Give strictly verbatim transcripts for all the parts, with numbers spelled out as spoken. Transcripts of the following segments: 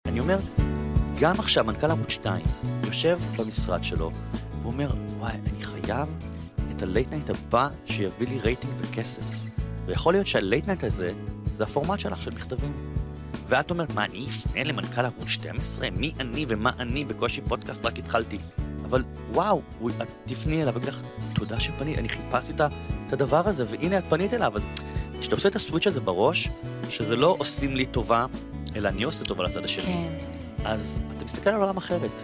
אני אומר, גם עכשיו, מנכ"ל ערוץ שתיים, יושב במשרד שלו, והוא אומר, וואי, אני חייב את הלייט נייט הבא שיביא לי רייטינג וכסף. ויכול להיות שהלייט נייט הזה, זה הפורמט שלך של מכתבים. ואת אומרת, מה, אני אפנה למנכ"ל ערוץ שתים עשרה? מי אני ומה אני? בקושי פודקאסט רק התחלתי. אבל וואו, את תפני אליו, ואגיד לך, תודה שפנית, אני חיפשתי את הדבר הזה, והנה את פנית אליו. אז כשאתה עושה את הסוויץ' הזה בראש, שזה לא עושים לי טובה, אלא אני עושה טובה לצד השני. כן. אז אתה מסתכל על עולם אחרת.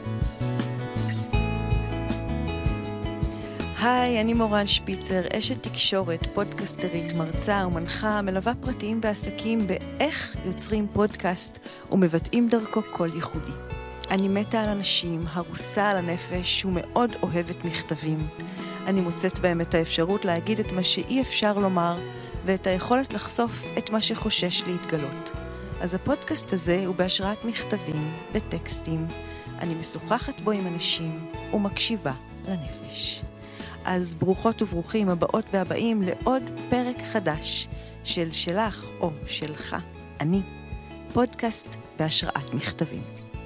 היי, אני מורן שפיצר, אשת תקשורת, פודקסטרית, מרצה ומנחה, מלווה פרטיים בעסקים באיך יוצרים פודקאסט ומבטאים דרכו קול ייחודי. אני מתה על אנשים, הרוסה על הנפש ומאוד אוהבת מכתבים. אני מוצאת בהם את האפשרות להגיד את מה שאי אפשר לומר, ואת היכולת לחשוף את מה שחושש להתגלות. אז הפודקאסט הזה הוא בהשראת מכתבים וטקסטים. אני משוחחת בו עם אנשים ומקשיבה לנפש. אז ברוכות וברוכים הבאות והבאים לעוד פרק חדש של שלך או שלך, אני, פודקאסט בהשראת מכתבים.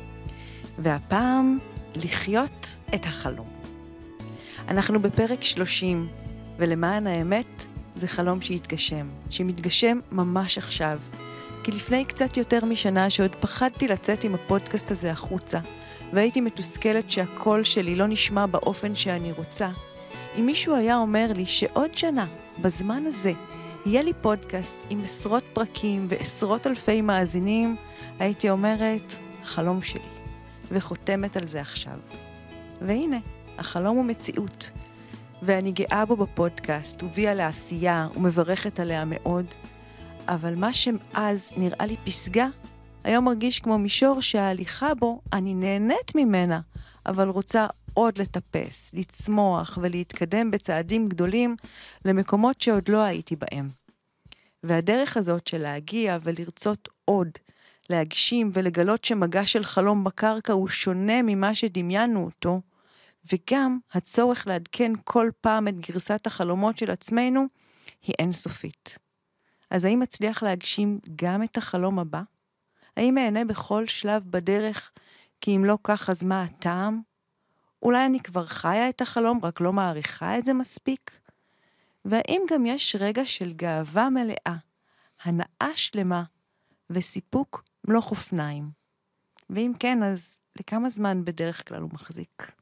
והפעם לחיות את החלום. אנחנו בפרק שלושים, ולמען האמת זה חלום שהתגשם, שמתגשם ממש עכשיו. כי לפני קצת יותר משנה שעוד פחדתי לצאת עם הפודקאסט הזה החוצה, והייתי מתוסכלת שהקול שלי לא נשמע באופן שאני רוצה, אם מישהו היה אומר לי שעוד שנה, בזמן הזה, יהיה לי פודקאסט עם עשרות פרקים ועשרות אלפי מאזינים, הייתי אומרת, חלום שלי, וחותמת על זה עכשיו. והנה, החלום הוא מציאות, ואני גאה בו בפודקאסט, הובילה לעשייה ומברכת עליה מאוד, אבל מה שאז נראה לי פסגה, היום מרגיש כמו מישור שההליכה בו, אני נהנית ממנה, אבל רוצה עוד לטפס, לצמוח ולהתקדם בצעדים גדולים למקומות שעוד לא הייתי בהם. והדרך הזאת של להגיע ולרצות עוד, להגשים ולגלות שמגע של חלום בקרקע הוא שונה ממה שדמיינו אותו, וגם הצורך לעדכן כל פעם את גרסת החלומות של עצמנו, היא אינסופית. אז האם מצליח להגשים גם את החלום הבא? האם אענה בכל שלב בדרך, כי אם לא כך אז מה הטעם? אולי אני כבר חיה את החלום, רק לא מעריכה את זה מספיק? והאם גם יש רגע של גאווה מלאה, הנאה שלמה וסיפוק מלוך אופניים? ואם כן, אז לכמה זמן בדרך כלל הוא מחזיק?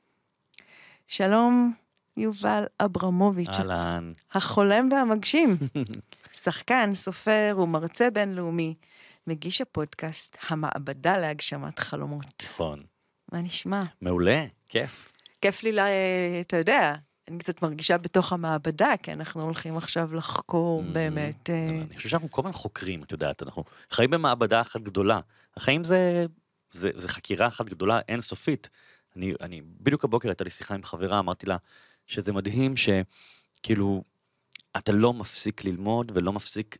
שלום, יובל אברמוביץ'. אהלן. החולם והמגשים. שחקן, סופר ומרצה בינלאומי, מגיש הפודקאסט המעבדה להגשמת חלומות. נכון. מה נשמע? מעולה, כיף. כיף לי, לה, אתה יודע, אני קצת מרגישה בתוך המעבדה, כי אנחנו הולכים עכשיו לחקור באמת. אני חושב שאנחנו כל הזמן חוקרים, את יודעת, אנחנו חיים במעבדה אחת גדולה. החיים זה, זה, זה חקירה אחת גדולה, אינסופית. אני, אני, בדיוק הבוקר הייתה לי שיחה עם חברה, אמרתי לה שזה מדהים שכאילו, אתה לא מפסיק ללמוד ולא מפסיק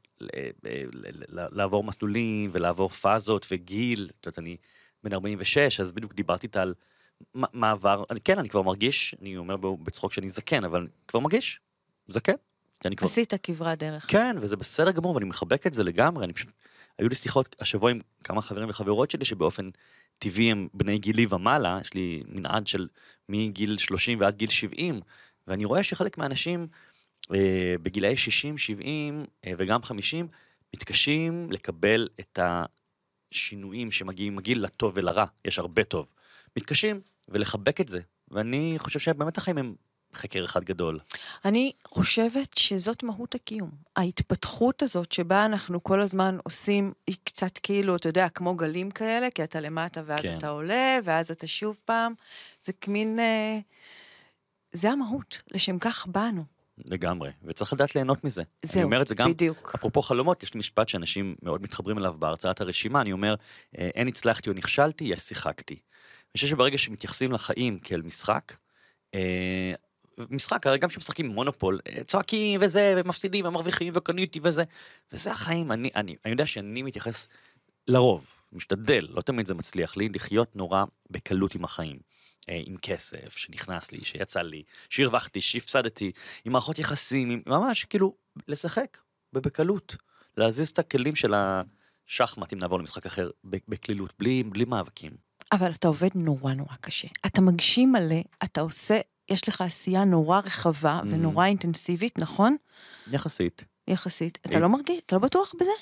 לעבור מסלולים ולעבור פאזות וגיל. את יודעת, אני בן ארבעים ושש, אז בדיוק דיברתי איתה על מעבר, אני, כן, אני כבר מרגיש, אני אומר בצחוק שאני זקן, אבל אני כבר מרגיש, זקן. כבר... עשית כברת דרך. כן, וזה בסדר גמור, ואני מחבק את זה לגמרי, אני פשוט, היו לי שיחות השבוע עם כמה חברים וחברות שלי, שבאופן טבעי הם בני גילי ומעלה, יש לי מנעד של מגיל שלושים ועד גיל שבעים, ואני רואה שחלק מהאנשים, אה, בגילאי שישים, שבעים אה, וגם חמישים, מתקשים לקבל את השינויים שמגיעים מגיל לטוב ולרע, יש הרבה טוב. מתקשים ולחבק את זה, ואני חושב שבאמת החיים הם חקר אחד גדול. אני חושבת שזאת מהות הקיום. ההתפתחות הזאת שבה אנחנו כל הזמן עושים, היא קצת כאילו, אתה יודע, כמו גלים כאלה, כי אתה למטה ואז כן. אתה עולה, ואז אתה שוב פעם, זה כמין, זה המהות, לשם כך באנו. לגמרי, וצריך לדעת ליהנות מזה. זהו, אני אומר את זה גם, בדיוק. אפרופו חלומות, יש לי משפט שאנשים מאוד מתחברים אליו בהרצאת הרשימה, אני אומר, אין הצלחתי או נכשלתי, יש שיחקתי. אני חושב שברגע שמתייחסים לחיים כאל משחק, משחק, הרי גם שמשחקים מונופול, צועקים וזה, ומפסידים, ומרוויחים, וקניתי וזה, וזה החיים, אני, אני, אני יודע שאני מתייחס לרוב, משתדל, לא תמיד זה מצליח לי, לחיות נורא בקלות עם החיים, עם כסף שנכנס לי, שיצא לי, שהרווחתי, שהפסדתי, עם מערכות יחסים, עם, ממש כאילו, לשחק, בקלות, להזיז את הכלים של ה... שחמט, אם נעבור למשחק אחר, בקלילות, בלי, בלי מאבקים. אבל אתה עובד נורא נורא קשה. אתה מגשים מלא, אתה עושה, יש לך עשייה נורא רחבה mm-hmm. ונורא אינטנסיבית, נכון? יחסית. יחסית. אתה לא מרגיש, אתה לא בטוח בזה?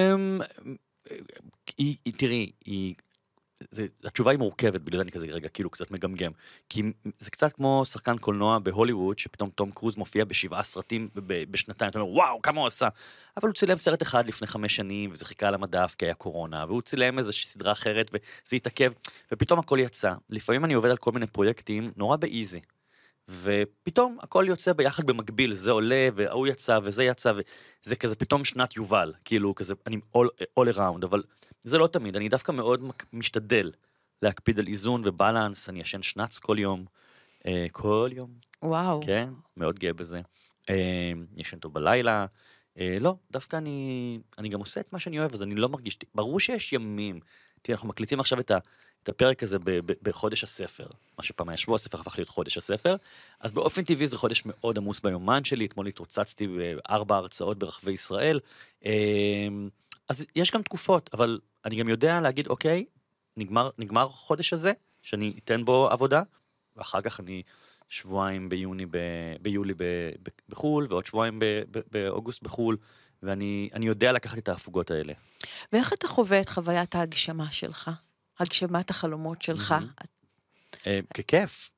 תראי, התשובה היא מורכבת, בגלל אני כזה רגע, כאילו קצת מגמגם, כי זה קצת כמו שחקן קולנוע בהוליווד, שפתאום תום קרוז מופיע בשבעה סרטים בשנתיים, אתה אומר, וואו, כמה הוא עשה, אבל הוא צילם סרט אחד לפני חמש שנים, וזה חיכה על המדף, כי היה קורונה, והוא צילם איזושהי סדרה אחרת, וזה התעכב, ופתאום הכל יצא. לפעמים אני עובד על כל מיני פרויקטים, נורא באיזי, ופתאום הכל יוצא ביחד במקביל, זה עולה, והוא יצא, וזה יצא, וזה כזה פתאום שנת יובל, כאילו כזה, אני all, all around, אבל זה לא תמיד, אני דווקא מאוד משתדל להקפיד על איזון ובלנס, אני ישן שנץ כל יום, אה, כל יום. וואו. כן, מאוד גאה בזה. אה, ישן טוב בלילה, אה, לא, דווקא אני, אני גם עושה את מה שאני אוהב, אז אני לא מרגיש, ברור שיש ימים, תראה, אנחנו מקליטים עכשיו את ה... את הפרק הזה ב- ב- בחודש הספר, מה שפעם היה שבוע הספר הפך להיות חודש הספר, אז באופן טבעי זה חודש מאוד עמוס ביומן שלי, אתמול התרוצצתי בארבע הרצאות ברחבי ישראל, אז יש גם תקופות, אבל אני גם יודע להגיד, אוקיי, נגמר, נגמר חודש הזה, שאני אתן בו עבודה, ואחר כך אני שבועיים ביוני, ב- ביולי ב- ב- בחול, ועוד שבועיים ב- ב- באוגוסט בחול, ואני אני יודע לקחת את ההפוגות האלה. ואיך אתה חווה את חוויית ההגשמה שלך? הגשמת החלומות שלך? ככיף,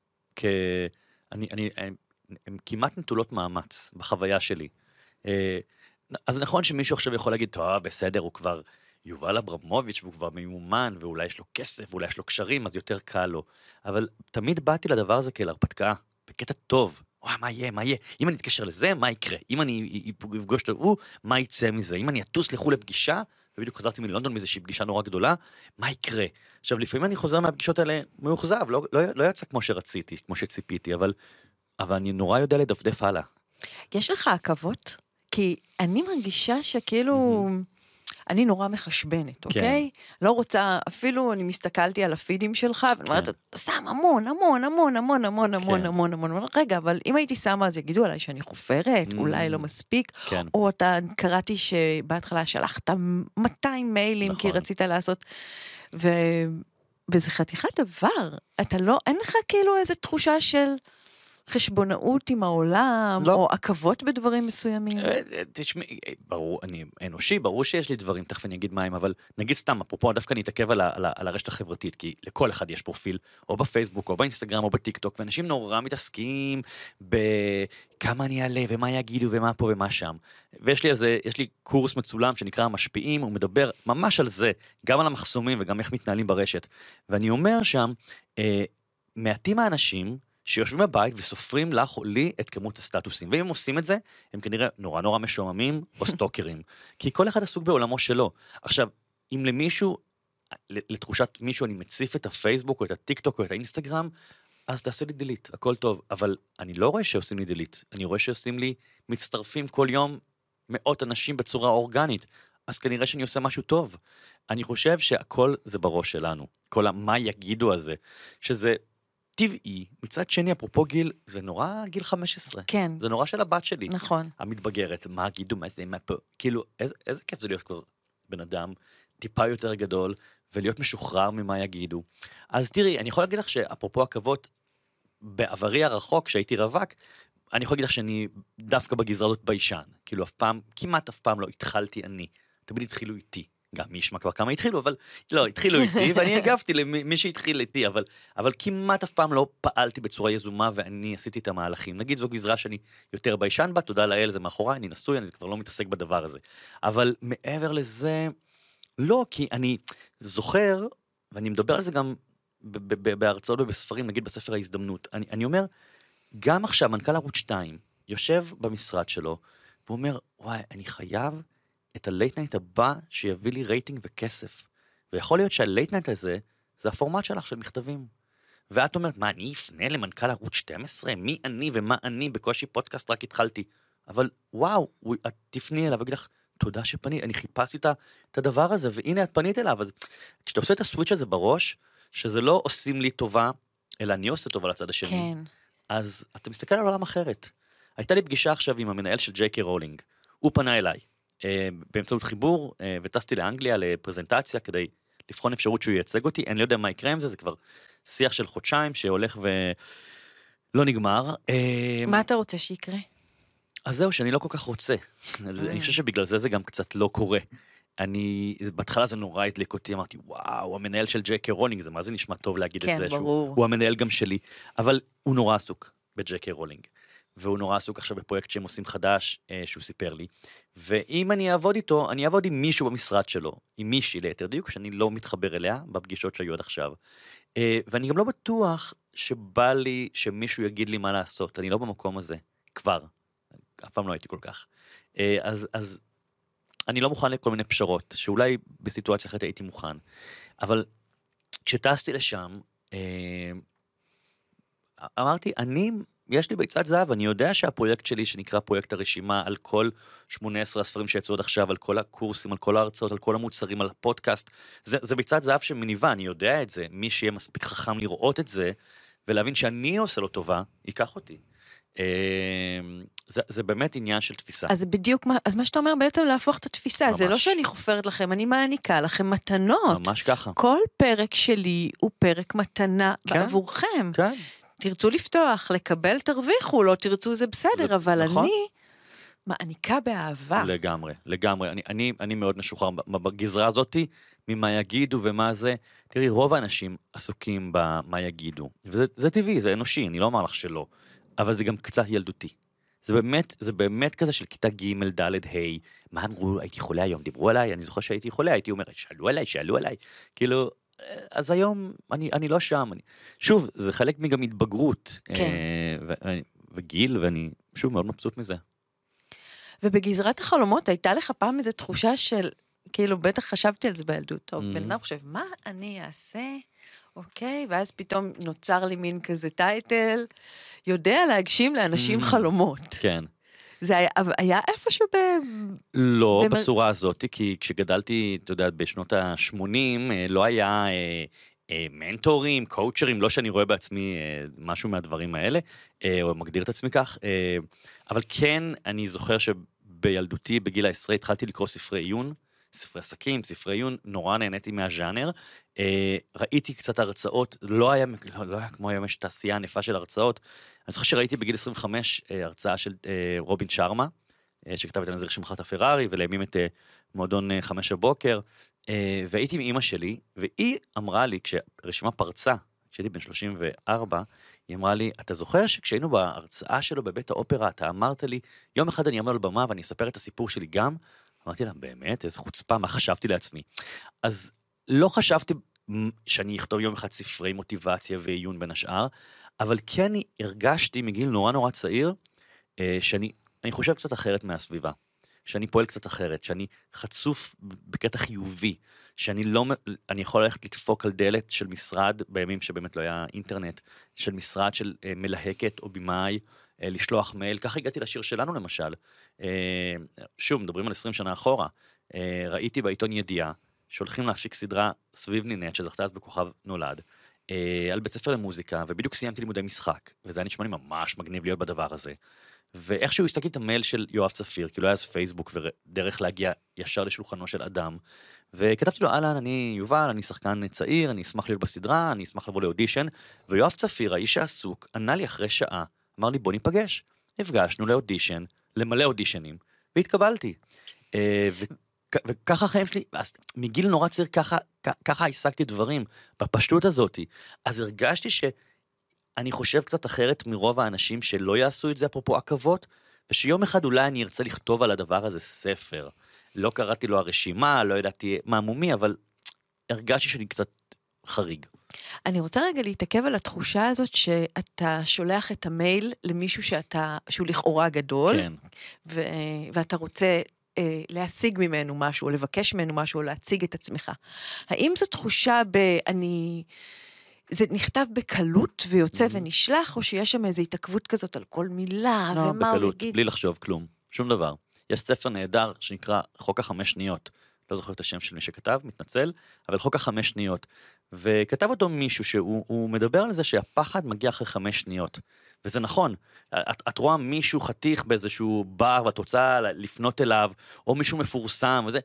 הן כמעט נטולות מאמץ בחוויה שלי. אז נכון שמישהו עכשיו יכול להגיד, טוב, בסדר, הוא כבר יובל אברמוביץ' והוא כבר מיומן, ואולי יש לו כסף, ואולי יש לו קשרים, אז יותר קל לו. אבל תמיד באתי לדבר הזה כאל הרפתקה, בקטע טוב. וואי, מה יהיה, מה יהיה? אם אני אתקשר לזה, מה יקרה? אם אני אפגוש אותו, מה יצא מזה? אם אני אטוס לחו"ל לפגישה, ובדיוק חזרתי מלונדון מאיזושהי פגישה נורא גדולה, מה יקרה? עכשיו, לפעמים אני חוזר מהפגישות האלה מאוכזב, לא, לא, לא יצא כמו שרציתי, כמו שציפיתי, אבל, אבל אני נורא יודע לדפדף הלאה. יש לך עקבות? כי אני מרגישה שכאילו... אני נורא מחשבנת, אוקיי? לא רוצה, אפילו אני מסתכלתי על הפידים שלך, ואני אומרת, אתה שם המון, המון, המון, המון, המון, המון, המון, המון, רגע, אבל אם הייתי שמה, אז יגידו עליי שאני חופרת, אולי לא מספיק, או אתה קראתי שבהתחלה שלחת מאתיים מיילים, כי רצית לעשות, וזה חתיכת דבר, אתה לא, אין לך כאילו איזו תחושה של... חשבונאות עם העולם, לא. או עקבות בדברים מסוימים? תשמעי, ברור, אני אנושי, ברור שיש לי דברים, תכף אני אגיד מהם, אבל נגיד סתם, אפרופו, דווקא אני אתעכב על, על, על הרשת החברתית, כי לכל אחד יש פרופיל, או בפייסבוק, או באינסטגרם, או בטיקטוק, ואנשים נורא מתעסקים בכמה אני אעלה, ומה יגידו, ומה פה ומה שם. ויש לי על זה, יש לי קורס מצולם שנקרא המשפיעים, הוא מדבר ממש על זה, גם על המחסומים, וגם איך מתנהלים ברשת. ואני אומר שם, אה, מעטים האנשים, שיושבים בבית וסופרים לך או לי את כמות הסטטוסים. ואם הם עושים את זה, הם כנראה נורא נורא משועממים או סטוקרים. כי כל אחד עסוק בעולמו שלו. עכשיו, אם למישהו, לתחושת מישהו, אני מציף את הפייסבוק או את הטיקטוק או את האינסטגרם, אז תעשה לי דליט, הכל טוב. אבל אני לא רואה שעושים לי דליט. אני רואה שעושים לי, מצטרפים כל יום מאות אנשים בצורה אורגנית. אז כנראה שאני עושה משהו טוב. אני חושב שהכל זה בראש שלנו. כל מה יגידו הזה, שזה טבעי, מצד שני, אפרופו גיל, זה נורא גיל חמש עשרה. כן. זה נורא של הבת שלי. נכון. המתבגרת, מה גידו, מה זה, מה פה, כאילו, איזה, איזה כיף זה להיות כבר בן אדם, טיפה יותר גדול, ולהיות משוחרר ממה יגידו. אז תראי, אני יכול להגיד לך שאפרופו עקבות, בעברי הרחוק, שהייתי רווק, אני יכול להגיד לך שאני דווקא בגזרה הזאת ביישן. כאילו, אף פעם, כמעט אף פעם לא התחלתי אני. תמיד התחילו איתי. גם מי ישמע כבר כמה התחילו, אבל לא, התחילו איתי, ואני הגבתי למי שהתחיל איתי, אבל, אבל כמעט אף פעם לא פעלתי בצורה יזומה, ואני עשיתי את המהלכים. נגיד, זו גזרה שאני יותר ביישן בה, תודה לאל, זה מאחוריי, אני נשוי, אני כבר לא מתעסק בדבר הזה. אבל מעבר לזה, לא, כי אני זוכר, ואני מדבר על זה גם בהרצאות ובספרים, נגיד בספר ההזדמנות, אני, אני אומר, גם עכשיו, מנכ"ל ערוץ שתיים, יושב במשרד שלו, והוא אומר, וואי, אני חייב את הלייט נייט הבא שיביא לי רייטינג וכסף. ויכול להיות שהלייט נייט הזה, זה הפורמט שלך של מכתבים. ואת אומרת, מה, אני אפנה למנכ"ל ערוץ שתים עשרה? מי אני ומה אני? בקושי פודקאסט רק התחלתי. אבל וואו, את תפני אליו וגיד לך, תודה שפנית, אני חיפשתי את הדבר הזה, והנה את פנית אליו. אז כשאתה עושה את הסוויץ' הזה בראש, שזה לא עושים לי טובה, אלא אני עושה טובה לצד השני. כן. אז אתה מסתכל על עולם אחרת. הייתה לי פגישה עכשיו עם המנהל של ג'יי קיי רולינג. הוא פנה אליי. באמצעות חיבור, וטסתי לאנגליה לפרזנטציה כדי לבחון אפשרות שהוא ייצג אותי. אני לא יודע מה יקרה עם זה, זה כבר שיח של חודשיים שהולך ולא נגמר. מה אתה רוצה שיקרה? אז זהו, שאני לא כל כך רוצה. אני חושב שבגלל זה זה גם קצת לא קורה. אני, בהתחלה זה נורא הדליק אותי, אמרתי, וואו, המנהל של ג'יי קיי רולינג, זה מה זה נשמע טוב להגיד את זה, שהוא המנהל גם שלי, אבל הוא נורא עסוק בג'יי קיי רולינג, והוא נורא עסוק עכשיו בפרויקט שהם עושים חדש, שהוא סיפר לי, ואם אני אעבוד איתו, אני אעבוד עם מישהו במשרד שלו, עם מישהי ליתר דיוק, שאני לא מתחבר אליה, בפגישות שהיו עד עכשיו, ואני גם לא בטוח שבא לי שמישהו יגיד לי מה לעשות, אני לא במקום הזה, כבר, אף פעם לא הייתי כל כך. אז, אז אני לא מוכן לכל מיני פשרות, שאולי בסיטואציה אחרת הייתי מוכן. אבל כשטסתי לשם, אמרתי, אני, יש לי ביצת זהב, אני יודע שהפרויקט שלי, שנקרא פרויקט הרשימה, על כל שמונה עשרה הספרים שיצאו עד עכשיו, על כל הקורסים, על כל ההרצאות, על כל המוצרים, על הפודקאסט, זה, זה ביצת זהב שמניבה, אני יודע את זה, מי שיהיה מספיק חכם לראות את זה, ולהבין שאני עושה לו טובה, ייקח אותי. זה, זה באמת עניין של תפיסה. אז בדיוק מה, אז מה שאתה אומר בעצם להפוך את התפיסה, ממש. זה לא שאני חופרת לכם, אני מעניקה לכם מתנות. ממש ככה. כל פרק שלי הוא פרק מתנה כן, בעבורכם. כן. תרצו לפתוח, לקבל, תרוויחו, לא תרצו, זה בסדר, זה, אבל נכון? אני מעניקה באהבה. לגמרי, לגמרי. אני, אני, אני מאוד משוחרר בגזרה הזאת, ממה יגידו ומה זה. תראי, רוב האנשים עסוקים במה יגידו. וזה זה טבעי, זה אנושי, אני לא אומר לך שלא. אבל זה גם קצת ילדותי. זה באמת, זה באמת כזה של כיתה ג' ד' ה', מה אמרו, הייתי חולה היום, דיברו עליי, אני זוכר שהייתי חולה, הייתי אומר, שאלו עליי, שאלו עליי, כאילו, אז היום אני, אני לא שם, אני, שוב, זה חלק מגם התבגרות, כן. ו, ו, וגיל, ואני שוב מאוד מבסוט מזה. ובגזרת החלומות, הייתה לך פעם איזו תחושה של, כאילו, בטח חשבתי על זה בילדות, טוב, בן אדם חושב, מה אני אעשה? אוקיי, ואז פתאום נוצר לי מין כזה טייטל, יודע להגשים לאנשים חלומות. כן. זה היה, היה איפשהו ב... לא במר... בצורה הזאת, כי כשגדלתי, אתה יודע, בשנות ה-שמונים, לא היה אה, אה, מנטורים, קואוצ'רים, לא שאני רואה בעצמי אה, משהו מהדברים האלה, אה, או מגדיר את עצמי כך, אה, אבל כן, אני זוכר שבילדותי, בגיל העשרה, התחלתי לקרוא ספרי עיון, ספרי עסקים, ספרי עיון, נורא נהניתי מהז'אנר, אה, ראיתי קצת הרצאות, לא היה, לא, לא היה כמו היום יש תעשייה ענפה של הרצאות, אני זוכר שראיתי בגיל עשרים וחמש אה, הרצאה של אה, רובין שרמה, אה, שכתב את הנזיר שמחת הפרארי, ולימים את אה, מועדון אה, חמש הבוקר, אה, והייתי עם אמא שלי, והיא אמרה לי, כשרשימה פרצה, כשהייתי בן שלושים וארבע, היא אמרה לי, אתה זוכר שכשהיינו בהרצאה שלו בבית האופרה, אתה אמרת לי, יום אחד אני אעמוד על במה ואני אספר את הסיפור שלי גם, אמרתי לה, באמת, איזה חוצפה, מה חשבתי לעצמי? אז לא חשבתי שאני אכתוב יום אחד ספרי מוטיבציה ועיון בין השאר, אבל כן הרגשתי מגיל נורא נורא צעיר, שאני אני חושב קצת אחרת מהסביבה, שאני פועל קצת אחרת, שאני חצוף בקטע חיובי, שאני לא, אני יכול ללכת לדפוק על דלת של משרד, בימים שבאמת לא היה אינטרנט, של משרד של מלהקת או במאי, לשלוח מייל, ככה הגעתי לשיר שלנו למשל, שוב, מדברים על עשרים שנה אחורה, ראיתי בעיתון ידיעה, שהולכים להפיק סדרה סביב נינט, שזכתה אז בכוכב נולד, על בית ספר למוזיקה, ובדיוק סיימתי לימודי משחק, וזה היה נשמע לי ממש מגניב להיות בדבר הזה, ואיכשהו הסתכלתי את המייל של יואב צפיר, כי לא היה אז פייסבוק ודרך להגיע ישר לשולחנו של אדם, וכתבתי לו, אהלן, אני יובל, אני שחקן צעיר, אני אשמח להיות בסדרה, אני אשמח לבוא לאודישן, ויואב צפיר, האיש העסוק, ענה לי אחרי שעה, אמר לי, בוא ניפגש. נפגשנו לאודישן, למלא אודישנים, והתקבלתי. וככה החיים שלי, אז מגיל נורא צעיר, ככה, ככה השגתי דברים, בפשטות הזאת. אז הרגשתי שאני חושב קצת אחרת מרוב האנשים שלא יעשו את זה, אפרופו עקבות, ושיום אחד אולי אני ארצה לכתוב על הדבר הזה ספר. לא קראתי לו הרשימה, לא ידעתי מה מומי, אבל הרגשתי שאני קצת חריג. אני רוצה רגע להתעכב על התחושה הזאת שאתה שולח את המייל למישהו שאתה, שהוא לכאורה גדול, כן. ו, ואתה רוצה אה, להשיג ממנו משהו, או לבקש ממנו משהו, או להציג את עצמך. האם זו תחושה ב... אני... זה נכתב בקלות ויוצא mm-hmm. ונשלח, או שיש שם איזו התעכבות כזאת על כל מילה, לא, ומה בקלות, הוא יגיד? בלי לחשוב כלום, שום דבר. יש ספר נהדר שנקרא חוק החמש שניות, לא זוכר את השם של מי שכתב, מתנצל, אבל חוק החמש שניות, וכתב אותו מישהו שהוא מדבר על זה שהפחד מגיע אחרי חמש שניות. וזה נכון, את, את רואה מישהו חתיך באיזשהו בר, ואת רוצה לפנות אליו, או מישהו מפורסם, וזה,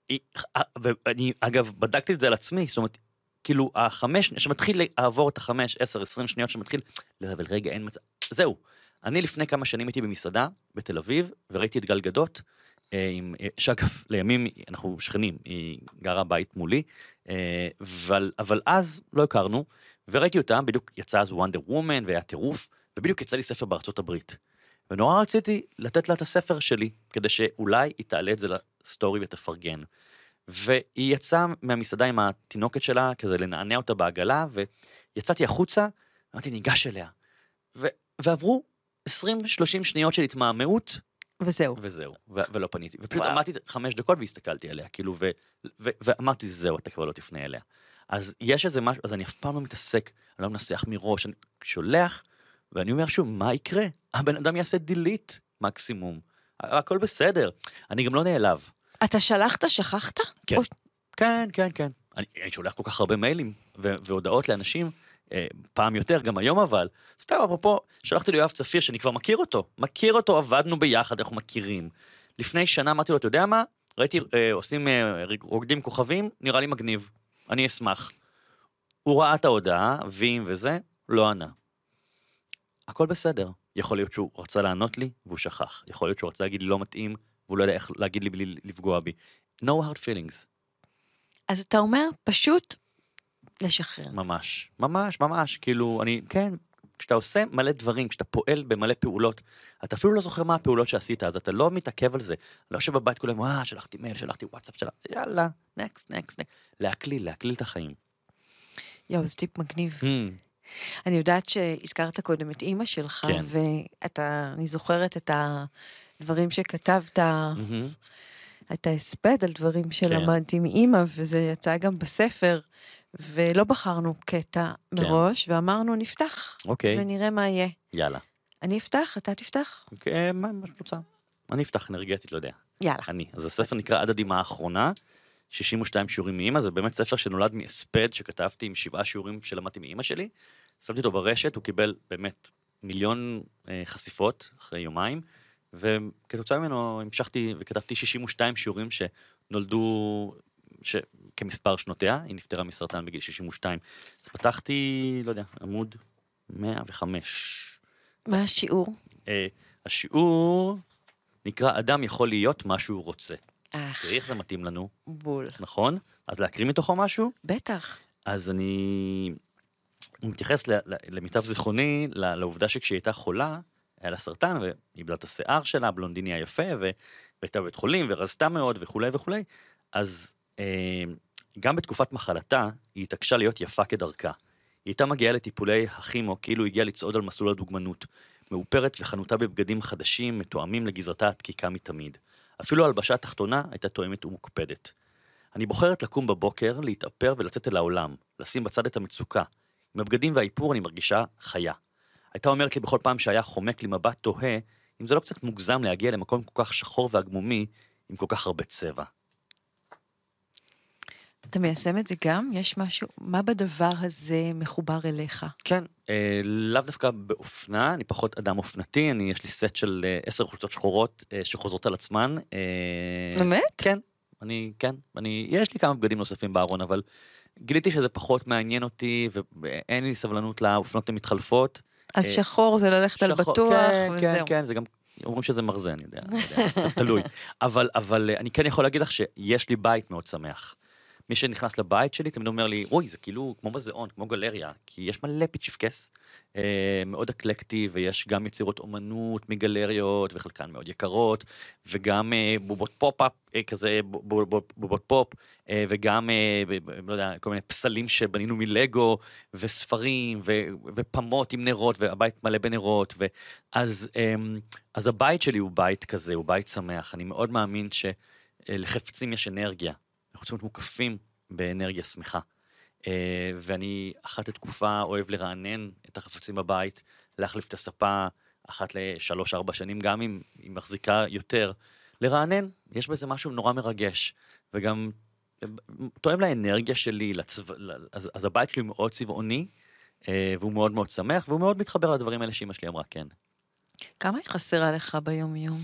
ואני אגב בדקתי את זה על עצמי, זאת אומרת, כאילו החמש, שמתחיל לעבור את החמש, עשר, עשרים שניות, שמתחיל, לא, אבל רגע, אין מצב, זהו. אני לפני כמה שנים הייתי במסעדה, בתל אביב, וראיתי את גל גדות, עם, שאגב, לימים אנחנו שכנים, היא גרה בית מולי, אבל, אבל אז לא הכרנו, וראיתי אותה, בדיוק יצא אז וונדר וומן, והיה טירוף, ובדיוק יצא לי ספר בארצות הברית. ונורא רציתי לתת לה את הספר שלי, כדי שאולי היא תעלה את זה לסטורי ותפרגן. והיא יצאה מהמסעדה עם התינוקת שלה, כזה לנענע אותה בעגלה, ויצאתי החוצה, ואמרתי, ניגש אליה. ו- ועברו עשרים שלושים שניות של התמהמהות, וזהו. וזהו, ו- ולא פניתי. ופשוט אמרתי חמש דקות והסתכלתי עליה, כאילו, ו- ו- ואמרתי, זהו, אתה כבר לא תפנה אליה. אז יש איזה משהו, אז אני אף פעם לא מתעסק, אני לא מנסח מראש, אני שולח, ואני אומר שוב, מה יקרה? הבן אדם יעשה דילית מקסימום. הכל בסדר. אני גם לא נעלב. אתה שלחת, שכחת? כן, או... כן, כן, כן. אני, אני שולח כל כך הרבה מיילים ו- והודעות לאנשים, אה, פעם יותר, גם היום אבל. סתם, אפרופו, שלחתי ליואב צפיר, שאני כבר מכיר אותו. מכיר אותו, עבדנו ביחד, אנחנו מכירים. לפני שנה אמרתי לו, אתה יודע מה? ראיתי, אה, עושים, אה, רוקדים כוכבים, נראה לי מגניב. אני אשמח. הוא ראה את ההודעה, וים וזה, לא ענה. הכל בסדר. יכול להיות שהוא רצה לענות לי, והוא שכח. יכול להיות שהוא רצה להגיד לי לא מתאים, והוא לא יודע איך להגיד לי בלי לפגוע בי. No hard feelings. אז אתה אומר, פשוט לשחרר. ממש, ממש, ממש. כאילו, אני, כן, כשאתה עושה מלא דברים, כשאתה פועל במלא פעולות, אתה אפילו לא זוכר מה הפעולות שעשית, אז אתה לא מתעכב על זה. לא יושב בבית כולם, וואה, שלחתי מייל, שלחתי וואטסאפ, שלחתי, יאללה, נקסט, נקסט, נקסט. להקליל, להקליל את החיים. יואו, זה טיפ מגניב. Mm. אני יודעת שהזכרת קודם את אימא שלך, כן. ואתה, אני זוכרת את הדברים שכתבת, Mm-hmm. את ההספד על דברים שלמדתי מאימא, וזה יצא גם בספר, ולא בחרנו קטע מראש, ואמרנו נפתח, אוקיי. ונראה מה יהיה. יאללה. אני אפתח, אתה תפתח? אוקיי, מה שרוצה. אני אפתח אנרגטית, לא יודע. יאללה. אני. אז הספר נקרא עד הדמעה האחרונה, שישים ושתיים שיעורים מאמא, זה באמת ספר שנולד מהספד שכתבתי עם שבעה שיעורים שלמדתי מאמא שלי, שמתי אותו ברשת, הוא קיבל באמת מיליון אה, חשיפות אחרי יומיים, וכתוצאה ממנו המשכתי וכתבתי שישים ושתיים שיעורים שנולדו ש... כמספר שנותיה, היא נפטרה מסרטן בגיל שישים ושתיים, אז פתחתי, לא יודע, עמוד מאה וחמש. מה השיעור? אה, השיעור נקרא אדם יכול להיות מה שהוא רוצה. תראי איך זה מתאים לנו. בול. נכון? אז להקריא מתוכו משהו? בטח. אז אני מתייחס למיטב זיכרוני, לעובדה שכשהיא הייתה חולה, היה לה סרטן, ואיבדה את השיער שלה, בלונדיני היפה, והייתה בבית חולים, ורזתה מאוד, וכולי וכולי. אז גם בתקופת מחלתה, היא התעקשה להיות יפה כדרכה. היא הייתה מגיעה לטיפולי הכימו, כאילו הגיעה לצעוד על מסלול הדוגמנות, מאופרת וחנותה בבגדים חדשים, מתואמים לגזרתה התקיקה מתמיד. אפילו ההלבשה התחתונה הייתה תואמת ומוקפדת. אני בוחרת לקום בבוקר, להתאפר ולצאת אל העולם, לשים בצד את המצוקה. עם הבגדים והאיפור אני מרגישה חיה. הייתה אומרת לי בכל פעם שהיה חומק לי מבט תוהה, אם זה לא קצת מוגזם להגיע למקום כל כך שחור והגמומי, עם כל כך הרבה צבע. אתה מיישם את זה גם? יש משהו, מה בדבר הזה מחובר אליך? כן, אה, לאו דווקא באופנה, אני פחות אדם אופנתי, אני, יש לי סט של אה, עשר חולצות שחורות אה, שחוזרות על עצמן. אה, באמת? כן, אני, כן, אני, יש לי כמה בגדים נוספים בארון, אבל גיליתי שזה פחות מעניין אותי, ואין לי סבלנות לאופנות המתחלפות. אז אה, שחור זה ללכת שחור, על בטוח, כן, וזהו. כן, כן, זה גם, אומרים שזה מרזה, אני יודע, אני יודע, זה תלוי. אבל, אבל אני כן יכול להגיד לך שיש לי בית מאוד שמח. מי שנכנס לבית שלי, תמיד אומר לי, אוי, זה כאילו כמו מוזיאון, כמו גלריה, כי יש מלא פיצ'פקס, אה, מאוד אקלקטי, ויש גם יצירות אומנות מגלריות, וחלקן מאוד יקרות, וגם אה, בובות פופ-אפ, אה, כזה בוב, בוב, בובות פופ, אה, וגם, אה, לא יודע, כל מיני פסלים שבנינו מלגו, וספרים, ו, ופמות עם נרות, והבית מלא בנרות, ואז אה, אז הבית שלי הוא בית כזה, הוא בית שמח, אני מאוד מאמין שלחפצים יש אנרגיה, אנחנו צריכים להיות מוקפים באנרגיה שמחה. ואני אחת התקופה אוהב לרענן את החפצים בבית, להחליף את הספה אחת לשלוש ארבע שנים, גם אם היא מחזיקה יותר. לרענן, יש בזה משהו נורא מרגש. וגם תואם לאנרגיה שלי, לצבע, אז, אז הבית שלי הוא מאוד צבעוני, והוא מאוד מאוד שמח, והוא מאוד מתחבר לדברים האלה שאמא שלי אמרה כן. כמה היא חסרה לך ביום יום?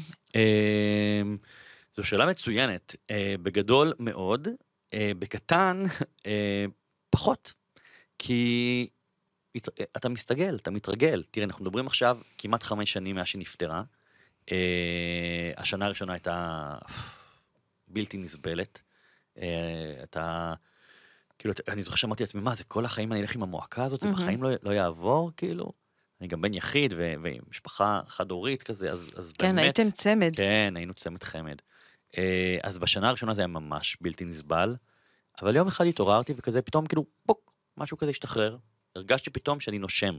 זו שאלה מצוינת. בגדול מאוד, בקטן, פחות. כי אתה מסתגל, אתה מתרגל. תראה, אנחנו מדברים עכשיו כמעט חמש שנים מאז שנפטרה. השנה הראשונה הייתה בלתי נסבלת. אתה... כאילו, אני זוכר שאמרתי לעצמי, מה, זה כל החיים אני אלך עם המועקה הזאת, זה בחיים לא, לא יעבור, כאילו. אני גם בן יחיד, ו- ומשפחה חד-הורית כזה, אז, אז כן, באמת... הייתם צמד. כן, היינו צמד חמד. אז בשנה הראשונה זה היה ממש בלתי נסבל, אבל יום אחד התעוררתי, וכזה פתאום, כאילו, פוק, משהו כזה השתחרר. הרגשתי פתאום שאני נושם.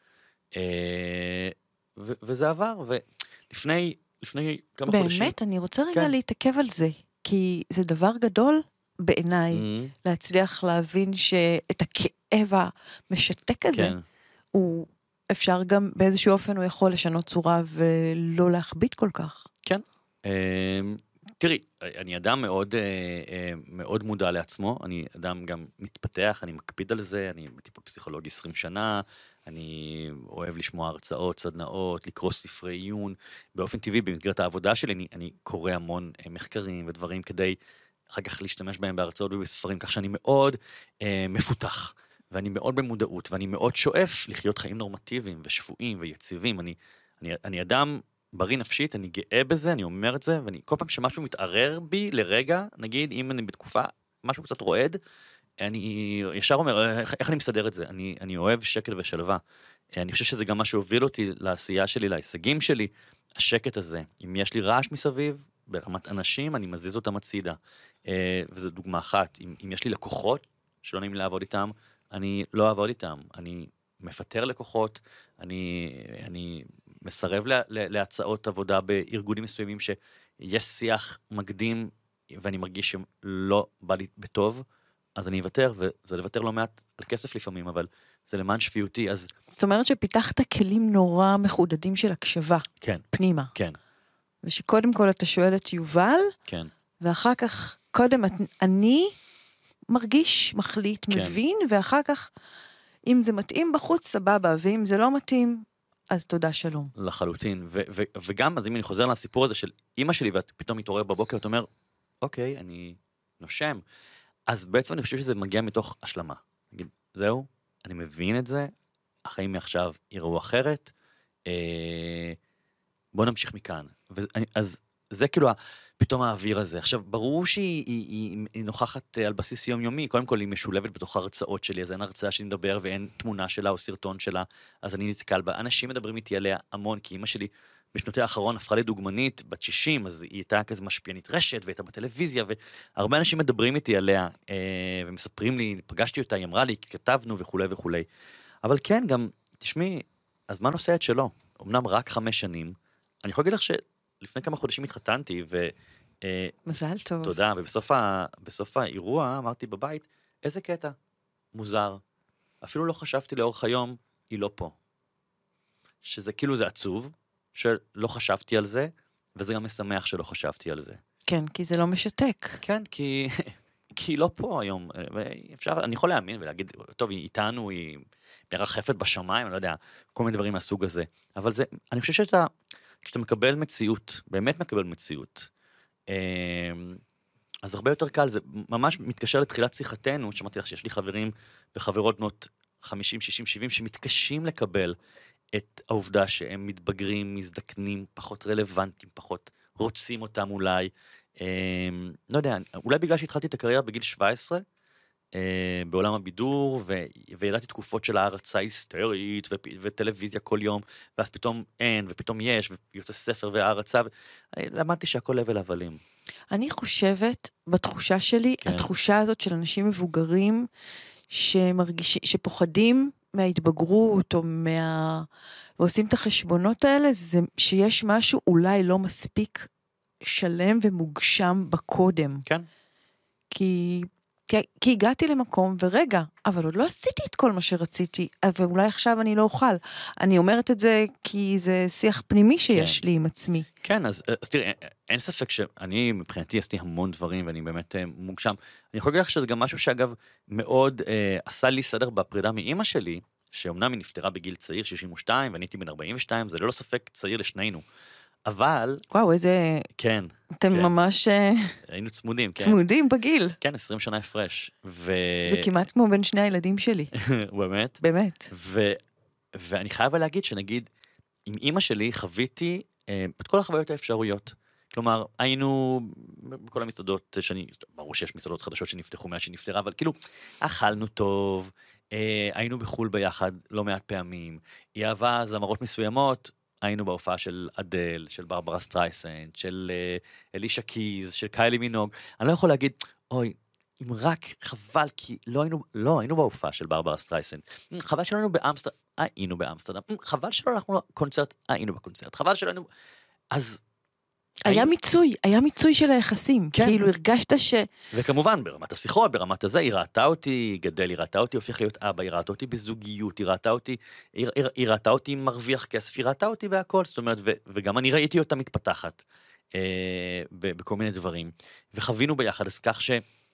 ו- וזה עבר, ולפני לפני כמה באמת, חודשים... באמת, אני רוצה רגע כן. להתעכב על זה, כי זה דבר גדול בעיניי, Mm-hmm. להצליח להבין שאת הכאב המשתק הזה, כן. הוא אפשר גם באיזשהו אופן הוא יכול לשנות צורה ולא להכביד כל כך. כן. תראי, אני אדם מאוד, מאוד מודע לעצמו, אני אדם גם מתפתח, אני מקפיד על זה, אני בטיפול פסיכולוגי עשרים שנה, אני אוהב לשמוע הרצאות, סדנאות, לקרוא ספרי עיון, באופן טבעי, במסגרת העבודה שלי, אני, אני קורא המון מחקרים ודברים כדי אחר כך להשתמש בהם בהרצאות ובספרים, כך שאני מאוד אה, מפותח, ואני מאוד במודעות, ואני מאוד שואף לחיות חיים נורמטיביים ושפויים ויציבים. אני, אני, אני אדם בריא נפשית, אני גאה בזה, אני אומר את זה, ואני כל פעם שמשהו מתערער בי לרגע, נגיד אם אני בתקופה, משהו קצת רועד, אני ישר אומר, איך, איך אני מסדר את זה? אני, אני אוהב שקט ושלווה. אני חושב שזה גם מה שהוביל אותי לעשייה שלי, להישגים שלי, השקט הזה. אם יש לי רעש מסביב, ברמת אנשים, אני מזיז אותם הצידה. וזו דוגמה אחת. אם, אם יש לי לקוחות שלא נעים לעבוד איתם, אני לא אעבוד איתם. אני מפטר לקוחות, אני, אני מסרב לה, להצעות עבודה בארגונים מסוימים שיש שיח מקדים, ואני מרגיש שלא בא לי בטוב, אז אני אוותר, וזה לוותר לא מעט על כסף לפעמים, אבל זה למען שפיותי, אז... זאת אומרת שפיתחת כלים נורא מחודדים של הקשבה. כן. פנימה. כן. ושקודם כל אתה שואל את יובל, כן. ואחר כך, קודם אני מרגיש, מחליט, כן. מבין, ואחר כך, אם זה מתאים בחוץ, סבבה, ואם זה לא מתאים, אז תודה שלום. לחלוטין, ו- ו- וגם, אז אם אני חוזר לסיפור הזה של אמא שלי, ואת פתאום מתעורר בבוקר, ואת אומר, אוקיי, אני נושם, אז בעצם אני חושב שזה מגיע מתוך השלמה. נגיד, זהו, אני מבין את זה, החיים מעכשיו יראו אחרת, אה, בוא נמשיך מכאן. ואני, אז זה כאילו פתאום האוויר הזה. עכשיו, ברור שהיא היא, היא, היא נוכחת על בסיס יומיומי, קודם כל היא משולבת בתוך ההרצאות שלי, אז אין הרצאה שנדבר ואין תמונה שלה או סרטון שלה, אז אני נתקל בה. אנשים מדברים איתי עליה המון, כי אמא שלי בשנותיה האחרון הפכה לדוגמנית, בת שישים, אז היא הייתה כזה משפיענית רשת, והייתה בטלוויזיה, והרבה אנשים מדברים איתי עליה, אה, ומספרים לי, פגשתי אותה, היא אמרה לי, כתבנו וכו' וכו'. אבל כן, גם, תשמעי, אז מה נושא את שלו? אמנם רק חמש שנים, אני יכול להגיד לך שלפני כמה חודשים התחתנתי, ו... מזל טוב. תודה, ובסוף ה... בסוף האירוע אמרתי בבית, איזה קטע? מוזר. אפילו לא חשבתי לאורך היום, היא לא פה. שזה כאילו זה עצוב, שלא חשבתי על זה, וזה גם משמח שלא חשבתי על זה. כן, כי זה לא משתק. כן, כי, כי היא לא פה היום, ואפשר, אני יכול להאמין ולהגיד, טוב, היא איתנו, היא מרחפת בשמיים, אני לא יודע, כל מיני דברים מהסוג הזה, אבל זה, אני חושב שאתה, כשאתה מקבל מציאות, באמת מקבל מציאות, אז הרבה יותר קל, זה ממש מתקשר לתחילת שיחתנו, שמעתי לך שיש לי חברים וחברות בנות חמישים, שישים, שבעים, שמתקשים לקבל את העובדה שהם מתבגרים, מזדקנים, פחות רלוונטיים, פחות רוצים אותם אולי. אה, לא יודע, אולי בגלל שהתחלתי את הקריירה בגיל שבע עשרה, אה, בעולם הבידור, וידעתי תקופות של הערצה היסטרית, ו- וטלוויזיה כל יום, ואז פתאום אין, ופתאום יש, ויוצא ספר והערצה, למדתי שהכל הבל הבלים. אני חושבת, בתחושה שלי, כן. התחושה הזאת של אנשים מבוגרים, שמרגישים, שפוחדים מההתבגרות, או מה... ועושים את החשבונות האלה, זה שיש משהו אולי לא מספיק שלם ומוגשם בקודם. כן. כי כי, כי הגעתי למקום, ורגע, אבל עוד לא עשיתי את כל מה שרציתי, ואולי עכשיו אני לא אוכל. אני אומרת את זה כי זה שיח פנימי שיש כן. לי עם עצמי. כן, אז, אז תראה, אין ספק שאני מבחינתי עשיתי המון דברים, ואני באמת אה, מוגשם. אני יכול להגיד לך שזה גם משהו שאגב מאוד אה, עשה לי סדר בפרידה מאמא שלי, שאומנם היא נפטרה בגיל צעיר, שישים ושתיים, ואני הייתי בן ארבעים ושתיים, זה ללא ספק צעיר לשנינו. אבל... וואו, איזה... כן. אתם כן. ממש... היינו צמודים, כן. צמודים בגיל. כן, עשרים שנה הפרש. ו... זה כמעט כמו בין שני הילדים שלי. באמת? באמת. ו... ואני חייב להגיד שנגיד, עם אמא שלי חוויתי אה, את כל החוויות האפשרויות. כלומר, היינו בכל המסעדות שאני... ברור שיש מסעדות חדשות שנפתחו מאז שנפטרה, אבל כאילו, אכלנו טוב, אה, היינו בחול ביחד לא מעט פעמים, היא אהבה זמרות מסוימות, היינו בהופעה של אדל, של ברברה סטרייסנד, של אה, אלישה קיז, של קיילי מינוג. אני לא יכול להגיד, אוי, אם רק חבל, כי לא היינו, לא, היינו בהופעה של ברברה סטרייסנד. חבל שלא היינו באמסטרדם, היינו באמסטרדם. חבל שלא הלכנו לקונצרט, היינו בקונצרט. חבל שלא היינו... אז... היה היינו... מיצוי, היה מיצוי של היחסים. כן. כאילו הרגשת ש... וכמובן, ברמת השיחות, ברמת הזה, היא ראתה אותי גדל, היא ראתה אותי הופך להיות אבא, היא ראתה אותי בזוגיות, היא ראתה אותי, היא, היא, היא ראתה אותי מרוויח כסף, היא ראתה אותי בהכל, זאת אומרת, ו, וגם אני ראיתי אותה מתפתחת אה, ב, בכל מיני דברים. וחווינו ביחד, אז כך ש...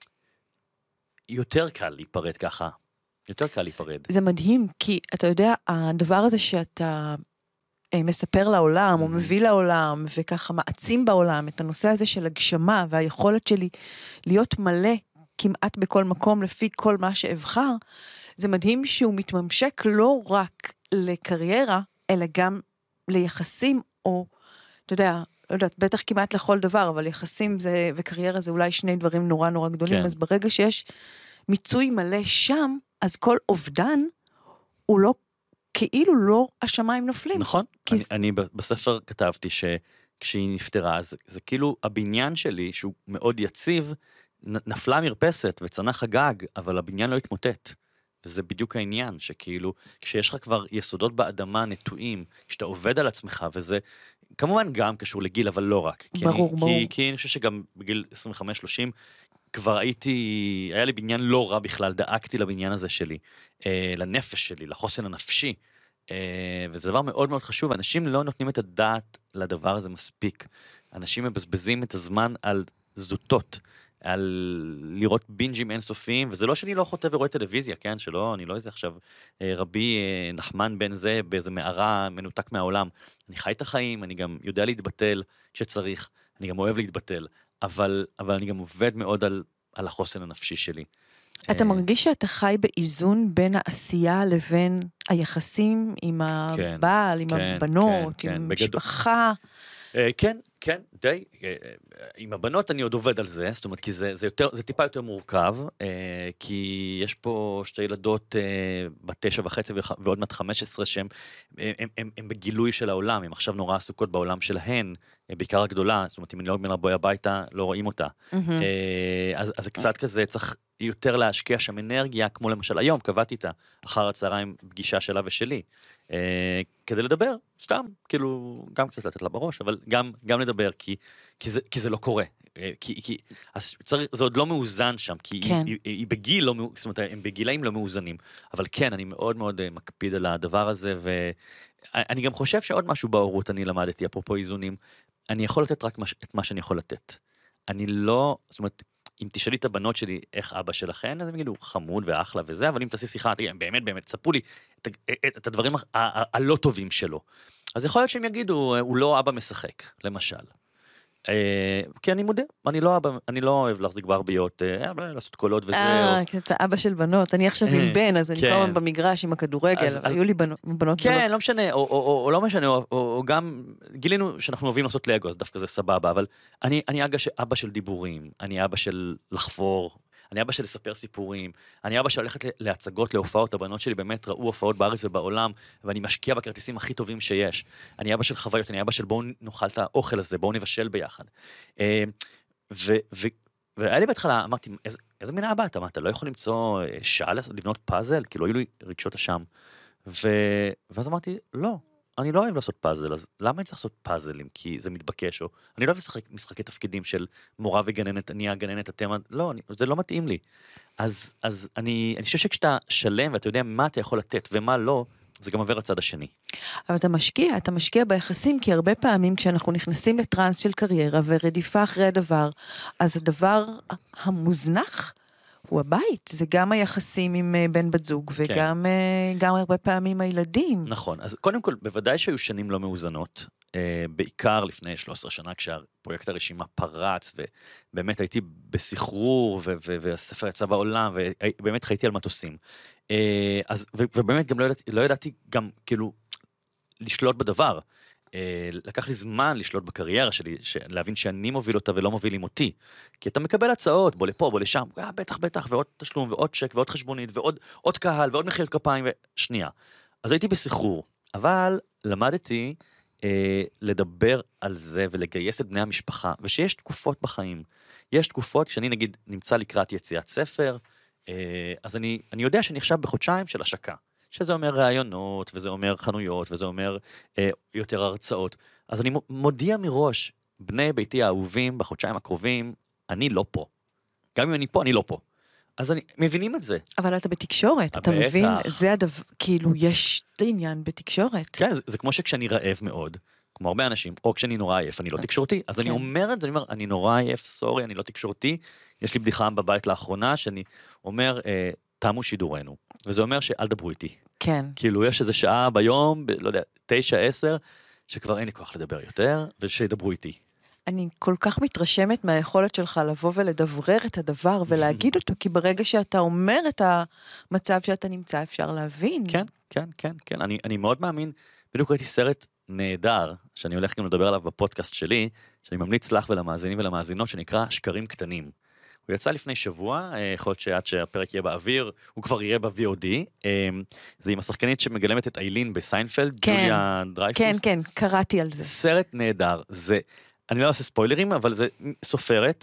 יותר קל להיפרד ככה, יותר קל להיפרד. זה מדהים, כי אתה יודע, הדבר הזה שאתה מספר לעולם, או מביא לעולם, וככה מעצים בעולם, את הנושא הזה של הגשמה, והיכולת שלי להיות מלא כמעט בכל מקום, לפי כל מה שאבחר, זה מדהים שהוא מתממשק לא רק לקריירה, אלא גם ליחסים, או, אתה יודע, לא יודעת, בטח כמעט לכל דבר, אבל יחסים זה, וקריירה זה אולי שני דברים נורא נורא גדולים, כן. אז ברגע שיש מיצוי מלא שם, אז כל אובדן הוא לא, כאילו לא השמיים נופלים. נכון, כי... אני, אני בספר כתבתי שכשהיא נפטרה, זה, זה כאילו הבניין שלי, שהוא מאוד יציב, נפלה מרפסת וצנח הגג, אבל הבניין לא התמוטט. וזה בדיוק העניין, שכאילו, כשיש לך כבר יסודות באדמה נטועים, כשאתה עובד על עצמך, וזה כמובן גם קשור לגיל, אבל לא רק. ברור, כי, ברור. כי, כי אני חושב שגם בגיל עשרים וחמש שלושים, כבר הייתי, היה לי בניין לא רע בכלל, דאגתי לבניין הזה שלי, אה, לנפש שלי, לחוסן הנפשי, אה, וזה דבר מאוד מאוד חשוב, אנשים לא נותנים את הדעת לדבר הזה מספיק, אנשים מבזבזים את הזמן על זוטות, על לראות בינג'ים אינסופיים, וזה לא שאני לא חוטא ורואה טלוויזיה, כן, שלא, אני לא איזה עכשיו רבי נחמן בן זה, באיזה מערה מנותק מהעולם, אני חי את החיים, אני גם יודע להתבטל כשצריך, אני גם אוהב להתבטל, אבל, אבל אני גם עובד מאוד על, על החוסן הנפשי שלי. אתה מרגיש שאתה חי באיזון בין העשייה לבין היחסים עם הבעל, עם הבנות, עם משפחה? כן, כן, די. עם הבנות אני עוד עובד על זה, זאת אומרת, כי זה, זה, יותר, זה טיפה יותר מורכב, כי יש פה שתי ילדות בתשע וחצי ועוד מעט חמש עשרה שהן הם, הם, הם, הם בגילוי של העולם, הם עכשיו נורא עסוקות בעולם שלהן, בעיקר הגדולה, זאת אומרת, אם אני לא מבין לבוא הביתה, לא רואים אותה. Mm-hmm. אז, אז זה קצת כזה, צריך יותר להשקיע שם אנרגיה, כמו למשל היום, קבעתי איתה, אחר הצהריים פגישה שלה ושלי, כדי לדבר, סתם, כאילו, גם קצת לתת לה בראש, אבל גם, גם לדבר, כי, כי זה, כי זה לא קורה. כי, כי, אז צריך, זה עוד לא מאוזן שם, כי כן. היא, היא, היא בגיל לא, זאת אומרת, הם בגילאים לא מאוזנים. אבל כן, אני מאוד מאוד מקפיד על הדבר הזה, ואני גם חושב שעוד משהו בהורות אני למדתי, אפרופו איזונים, אני יכול לתת רק מש, את מה שאני יכול לתת. אני לא, זאת אומרת, אם תשאלי את הבנות שלי איך אבא שלכן, אז הם יגידו חמוד ואחלה וזה, אבל אם תעשי שיחה, תגיד, באמת, באמת, תספרו לי את, את, את הדברים ה, ה, ה, הלא טובים שלו. אז יכול להיות שהם יגידו, הוא לא אבא משחק, למשל. אה, כי אני מודה, אני לא אבא, אני לא אוהב להחזיק ברביות, אה, לעשות קולות וזה. אה, כי אתה אבא של בנות, אני עכשיו עם בן, אז אני כל במגרש עם הכדורגל, אבל היו לי בנות. כן, לא משנה, או לא משנה, או גם גילינו שאנחנו אוהבים לעשות לגו, אז דווקא זה סבבה, אבל אני אבא של דיבורים, אני אבא של לחפור, אני אבא של לספר סיפורים, אני אבא של ללכת להצגות, להופעות, הבנות שלי באמת ראו הופעות בארץ ובעולם, ואני משקיע בכרטיסים הכי טובים שיש. אני אבא של חוויות, אני אבא של בואו נאכל את האוכל הזה, בואו נבשל ביחד. והיה לי בהתחלה, אמרתי, איזה מין אבא אתה? אתה לא יכול למצוא שעה לבנות פאזל? כאילו, היו לי רגשות אשם. ואז אמרתי, לא, אני לא אוהב לעשות פאזל, אז למה אני צריך לעשות פאזלים? כי זה מתבקש, או אני לא אוהב לשחק משחקי תפקידים של מורה וגננת, אני הגננת, אתם, לא, אני, זה לא מתאים לי. אז, אז אני, אני חושב שכשאתה שלם ואתה יודע מה אתה יכול לתת ומה לא, זה גם עובר לצד השני. אבל אתה משקיע, אתה משקיע ביחסים, כי הרבה פעמים כשאנחנו נכנסים לטרנס של קריירה ורדיפה אחרי הדבר, אז הדבר המוזנח הוא הבית, זה גם היחסים עם בן בת זוג, וגם גם הרבה פעמים הילדים. נכון, אז קודם כל, בוודאי שהיו שנים לא מאוזנות, בעיקר לפני שלוש עשרה שנה, כשהפרויקט הרשימה פרץ, ובאמת הייתי בסחרור, והספר יצא בעולם, ובאמת חייתי על מטוסים. אז, ובאמת גם לא ידעתי, לא ידעתי גם כאילו לשלוט בדבר. לקח לי זמן לשלוט בקריירה שלי, להבין שאני מוביל אותה ולא מובילים אותי. כי אתה מקבל הצעות, בוא לפה, בוא לשם, אה, בטח, בטח, ועוד תשלום, ועוד צ'ק, ועוד חשבונית, ועוד עוד קהל, ועוד מחיאות כפיים, ושנייה. אז הייתי בסחרור, אבל למדתי אה, לדבר על זה ולגייס את בני המשפחה, ושיש תקופות בחיים. יש תקופות, כשאני נגיד נמצא לקראת יציאת ספר, אה, אז אני, אני יודע שאני עכשיו בחודשיים של השקה. שזה אומר רעיונות, וזה אומר חנויות, וזה אומר אה, יותר הרצאות. אז אני מודיע מראש, בני ביתי האהובים בחודשיים הקרובים, אני לא פה. גם אם אני פה, אני לא פה. אז אני, מבינים את זה. אבל אתה בתקשורת, אתה מבין, זה הדבר, כאילו יש לעניין בתקשורת. כן, זה, זה כמו שכשאני רעב מאוד, כמו הרבה אנשים, או כשאני נורא עייף, אני לא תקשורתי. אז כן. אני אומר את זה, אני אומר, אני נורא עייף, סורי, אני לא תקשורתי. יש לי בדיחה בבית לאחרונה, שאני אומר, אה, תמו שידורנו. וזה אומר שאל דברו איתי. כן. כאילו יש איזו שעה ביום, ב, לא יודע, תשע, עשר, שכבר אין לי כוח לדבר יותר, ושידברו איתי. אני כל כך מתרשמת מהיכולת שלך לבוא ולדברר את הדבר ולהגיד אותו, כי ברגע שאתה אומר את המצב שאתה נמצא, אפשר להבין. כן, כן, כן, כן. אני, אני מאוד מאמין, בדיוק ראיתי סרט נהדר, שאני הולך גם לדבר עליו בפודקאסט שלי, שאני ממליץ לך ולמאזינים ולמאזינות, שנקרא שקרים קטנים. הוא יצא לפני שבוע, יכול להיות שעד שהפרק יהיה באוויר, הוא כבר יהיה ב-וי או די. זה עם השחקנית שמגלמת את איילין בסיינפלד, כן, ג'וליה דרייפוס. כן, כן, קראתי על זה. סרט נהדר. זה, אני לא עושה ספוילרים, אבל זה סופרת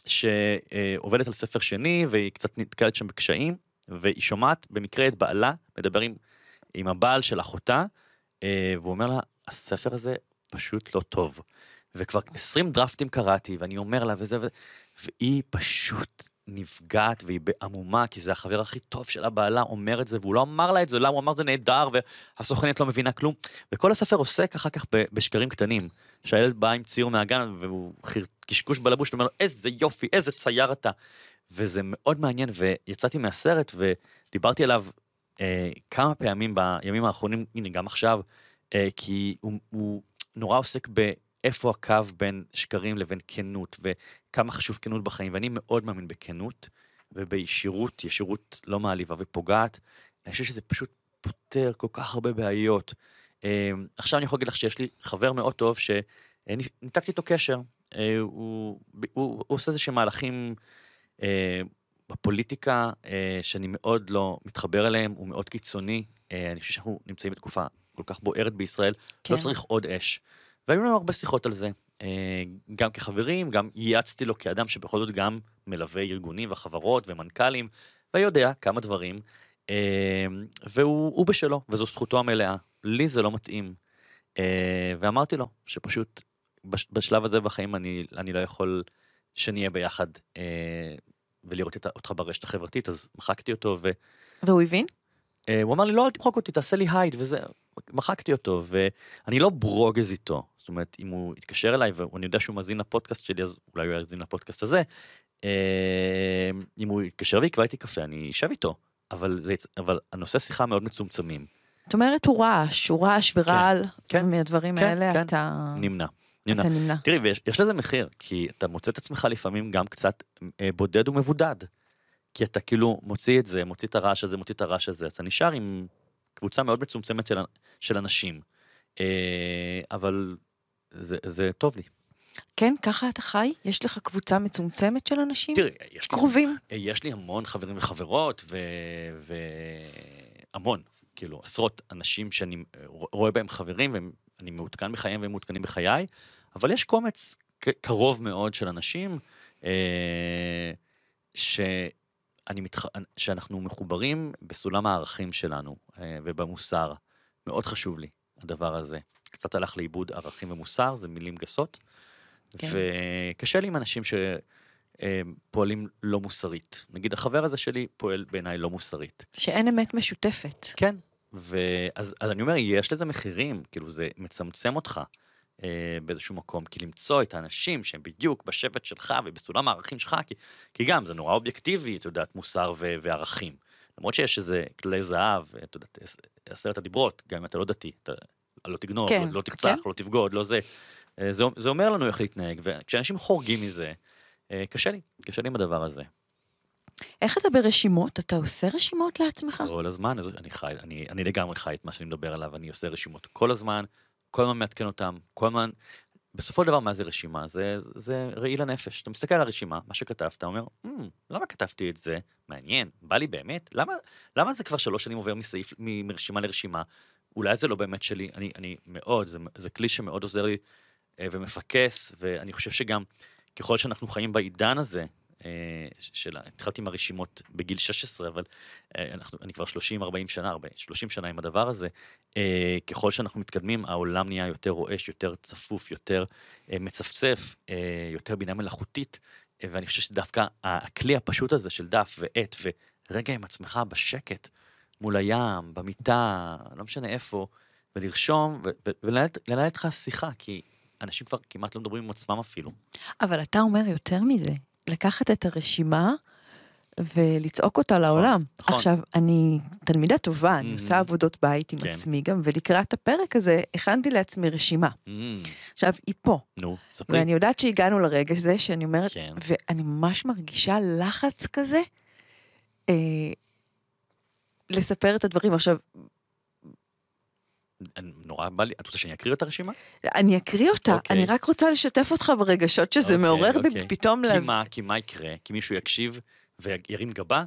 שעובדת על ספר שני, והיא קצת נתקלת שם בקשיים, והיא שומעת במקרה את בעלה, מדבר עם, עם הבעל של אחותה, והוא אומר לה, הספר הזה פשוט לא טוב. וכבר עשרים דרפטים קראתי, ואני אומר לה וזה, והיא פשוט נפגעת, והיא בעמומה, כי זה החבר הכי טוב של הבעלה, אומר את זה, והוא לא אמר לה את זה, למה הוא אמר זה נהדר, והסוכנת לא מבינה כלום. וכל הספר עוסק אחר כך בשקרים קטנים, שהילד בא עם ציור מהגן, והוא קשקוש בלבוש, ואומר לו, איזה יופי, איזה צייר אתה. וזה מאוד מעניין, ויצאתי מהסרט, ודיברתי עליו אה, כמה פעמים בימים האחרונים, הנה גם עכשיו, אה, כי הוא, הוא נורא עוסק ב... איפה הקו בין שקרים לבין כנות, וכמה חשוב כנות בחיים, ואני מאוד מאמין בכנות, ובישירות, ישירות לא מעליבה ופוגעת, אני חושב שזה פשוט פותר כל כך הרבה בעיות. עכשיו אני יכול להגיד לך שיש לי חבר מאוד טוב, שניתקתי איתו קשר, הוא, הוא, הוא עושה איזה מהלכים בפוליטיקה, שאני מאוד לא מתחבר אליהם, הוא מאוד קיצוני, אני חושב שאנחנו נמצאים בתקופה כל כך בוערת בישראל, כן. לא צריך עוד אש. והיו לנו הרבה שיחות על זה, גם כחברים, גם ייעצתי לו כאדם שבכל זאת גם מלווה ארגונים וחברות ומנכ"לים, ויודע כמה דברים, והוא בשלו, וזו זכותו המלאה. לי זה לא מתאים. ואמרתי לו שפשוט בשלב הזה בחיים אני, אני לא יכול שנהיה ביחד ולראות אותך ברשת החברתית, אז מחקתי אותו. ו... והוא הבין? הוא אמר לי, לא, אל תמחוק אותי, תעשה לי הייד, וזה... מחקתי אותו, ואני לא ברוגז איתו, זאת אומרת, אם הוא יתקשר אליי, ואני יודע שהוא מזין לפודקאסט שלי, אז אולי הוא יזין לפודקאסט הזה, אם הוא יתקשר ויקבע איתי קפה, אני אשב איתו, אבל, זה, אבל הנושא שיחה מאוד מצומצמים. זאת אומרת, הוא רעש, הוא רעש ורעל, כן, ומהדברים כן, האלה כן. אתה... נמנע. נמנע. אתה נמנע. תראי, ויש, יש לזה מחיר, כי אתה מוצא את עצמך לפעמים גם קצת בודד ומבודד, כי אתה כאילו מוציא את זה, מוציא את הרעש הזה, מוציא את הרעש הזה, אז אתה נשאר עם קבוצה מאוד מצומצמת של, של אנשים, אבל זה, זה טוב לי. כן, ככה אתה חי? יש לך קבוצה מצומצמת של אנשים? תראי, יש קרובים. לי, יש לי המון חברים וחברות, ו, והמון, כאילו, עשרות אנשים שאני רואה בהם חברים, ואני מעודכן בחייהם והם מעודכנים בחיי, אבל יש קומץ קרוב מאוד של אנשים, ש... אני מתח... שאנחנו מחוברים בסולם הערכים שלנו, ובמוסר. מאוד חשוב לי. הדבר הזה. קצת הלך לאיבוד ערכים ומוסר, זה מילים גסות, כן. וקשה לי עם אנשים שפועלים לא מוסרית. נגיד, החבר הזה שלי פועל בעיניי לא מוסרית. שאין אמת משותפת. כן, ואז אז אני אומר, יש לזה מחירים, כאילו זה מצמצם אותך אה, באיזשהו מקום, כי למצוא את האנשים שהם בדיוק בשבט שלך ובסולם הערכים שלך, כי, כי גם זה נורא אובייקטיבי, את יודעת, מוסר ו- וערכים. למרות שיש איזה כלי זהב, את יודעת, עשרת הדיברות, גם אם אתה לא דתי, אתה לא תגנוב, כן, לא, לא תרצח, כן. לא תבגוד, לא זה. אה, זה. זה אומר לנו איך להתנהג, וכשאנשים חורגים מזה, אה, קשה לי, קשה לי עם הדבר הזה. איך אתה ברשימות? אתה עושה רשימות לעצמך? כל הזמן, אני חי, אני, אני לגמרי חי את מה שאני מדבר עליו, אני עושה רשימות כל הזמן, כל הזמן מעדכן אותם, כל הזמן, בסופו של דבר מה זה רשימה? זה, זה ראי לנפש. אתה מסתכל על הרשימה, מה שכתבת, אומר, "Hmm, למה כתבתי את זה? מעניין, בא לי באמת? למה, למה זה כבר שלוש שנים עובר מסעיף, מ- מרשימה לרשימה? אולי זה לא באמת שלי, אני, אני מאוד, זה, זה כלי שמאוד עוזר לי אה, ומפקס, ואני חושב שגם ככל שאנחנו חיים בעידן הזה, של, התחלתי עם הרשימות בגיל שש עשרה, אבל אנחנו, אני כבר שלושים ארבעים שנה, שלושים שנה עם הדבר הזה, ככל שאנחנו מתקדמים, העולם נהיה יותר רועש, יותר צפוף, יותר מצפצף, יותר בינה מלאכותית, ואני חושב שדווקא הכלי הפשוט הזה של דף ועט, ורגע עם עצמך בשקט, מול הים, במיטה, לא משנה איפה, ולרשום, ולנהל איתך שיחה, כי אנשים כבר כמעט לא מדברים עם עצמם אפילו. אבל אתה אומר יותר מזה. לקחת את הרשימה ולצעוק אותה לעולם. נכון. עכשיו, אני תלמידה טובה, אני עושה עבודות בית עם כן. עצמי גם, ולקראת הפרק הזה, הכנתי לעצמי רשימה. עכשיו, היא פה. נו, ספרי. ואני יודעת שהגענו לרגע הזה, שאני אומרת, כן. ואני ממש מרגישה לחץ כזה, אה, לספר את הדברים. עכשיו, נורא בא לי, את רוצה שאני אקריא את הרשימה? אני אקריא אותה, אוקיי. אני רק רוצה לשתף אותך ברגשות שזה אוקיי, מעורר בי אוקיי. פתאום כי לב. מה, כי מה יקרה? כי מישהו יקשיב וירים גבה?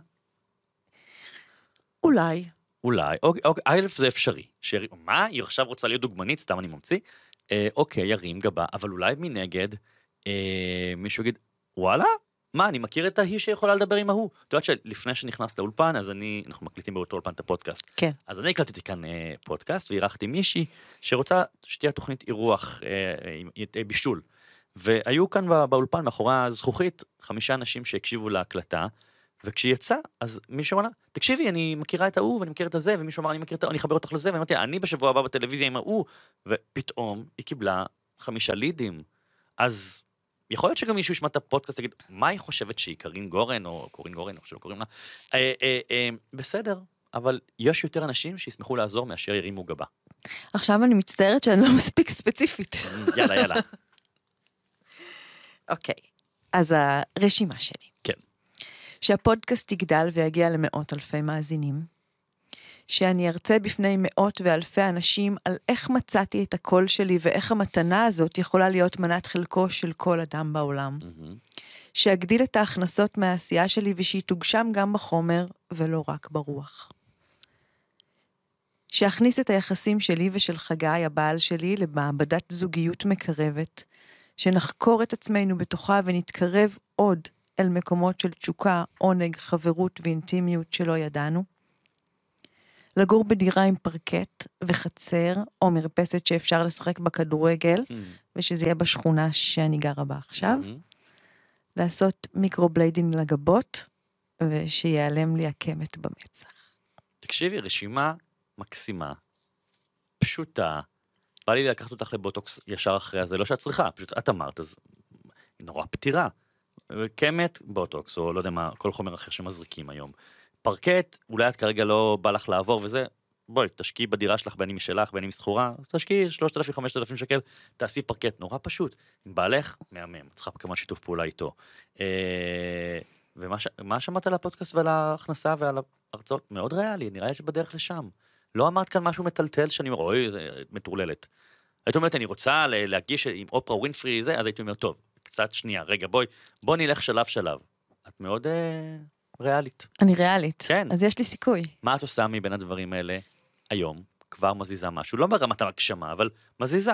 אולי. אולי, אוקיי, אוקיי, א' זה אפשרי. שיר... מה? היא עכשיו רוצה להיות דוגמנית, סתם אני ממציא? אה, אוקיי, ירים גבה, אבל אולי מנגד, אה, מישהו יגיד, וואלה? מה, אני מכיר את ההיא שיכולה לדבר עם ההוא. אתה יודעת שלפני שנכנסת לאולפן, אז אני, אנחנו מקליטים באותו אולפן את הפודקאסט. כן. אז אני הקלטתי כאן אה, פודקאסט, והירחתי מישהי שרוצה שתהיה תוכנית אירוח, אה, עם אה, בישול. והיו כאן בא, באולפן, מאחורי הזכוכית, חמישה אנשים שהקשיבו להקלטה, וכשהיא יצאה, אז מישהו אמר לה, תקשיבי, אני מכירה את ההוא, ואני מכיר את הזה, ומישהו אמר, אני מכיר את ההוא, אני אחבר אותך לזה, ואני אמרתי, אני בשבוע הבא בטלוויזיה עם ההוא, ופתאום היא קיבלה חמישה לידים. אז יכול להיות שגם מישהו ישמע את הפודקאסט, יגיד, מה היא חושבת שהיא, קרין גורן, או קורין גורן, או שלא קוראים לה? אה, אה, אה, בסדר, אבל יש יותר אנשים שישמחו לעזור מאשר ירימו גבה. עכשיו אני מצטערת שאני לא מספיק ספציפית. יאללה, יאללה. אוקיי, אז הרשימה שלי. כן. שהפודקאסט יגדל ויגיע למאות אלפי מאזינים, שאני ארצה בפני מאות ואלפי אנשים על איך מצאתי את הקול שלי, ואיך המתנה הזאת יכולה להיות מנת חלקו של כל אדם בעולם. Mm-hmm. שאגדיל את ההכנסות מהעשייה שלי, ושהיא תוגשם גם בחומר, ולא רק ברוח. שאכניס את היחסים שלי ושל חגי, הבעל שלי, למעבדת זוגיות מקרבת, שנחקור את עצמנו בתוכה ונתקרב עוד אל מקומות של תשוקה, עונג, חברות ואינטימיות שלא ידענו. לגור בדירה עם פרקט וחצר, או מרפסת שאפשר לשחק בכדורגל, mm. ושזה יהיה בשכונה שאני גרה בה עכשיו. Mm-hmm. לעשות מיקרובליידינג לגבות, ושיעלם לי הקמת במצח. תקשיבי, רשימה מקסימה, פשוטה, בא לי לקחת אותך לבוטוקס ישר אחרי הזה, לא שאת צריכה, פשוט את אמרת, אז נורא פתירה. קמת, בוטוקס, או לא יודע מה, כל חומר אחר שמזריקים היום. פרקט, אולי את כרגע לא בא לך לעבור וזה, בואי, תשקיעי בדירה שלך, בין אם משלך, בין אם מסחורה, תשקיעי שלושת אלפים חמשת אלפים שקל, תעשי פרקט, נורא פשוט. עם בעלך, מהמם, צריכה כמה שיתוף פעולה איתו. ומה שמעת על הפודקאסט ועל ההכנסה ועל ההרצאות? מאוד ריאלי, נראה לי שבדרך לשם. לא אמרת כאן משהו מטלטל שאני אומר, אוי, זה מטורללת. הייתי אומרת, אני רוצה להגיש עם אופרה ווינפרי זה, אז הייתי אומר, טוב, קצת שנייה, רגע, בואי, בוא נלך שלב שלב. את מאוד ריאלית. אני ריאלית. כן. אז יש לי סיכוי. מה את עושה מבין הדברים האלה היום? כבר מזיזה משהו, לא ברמת ההגשמה, אבל מזיזה.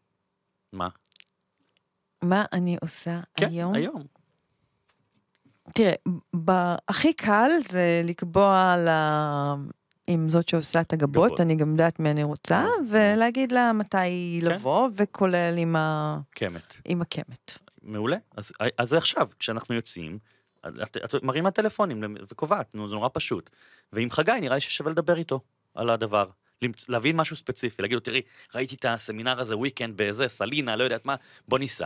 מה? מה אני עושה כן, היום? היום. תראה, הכי קל זה לקבוע לה... עם זאת שעושה את הגבות, גבות. אני גם יודעת מי אני רוצה, ולהגיד לה מתי כן. לבוא, וכולל עם ה... קמת. עם הקמת. מעולה. אז, אז עכשיו, כשאנחנו יוצאים, את, את מרימה טלפונים וקובעת, נו, זה נורא פשוט. ועם חגי נראה לי ששווה לדבר איתו על הדבר. להבין משהו ספציפי, להגיד לו, תראי, ראיתי את הסמינר הזה, וויקנד באיזה, סלינה, לא יודעת מה, בוא ניסע.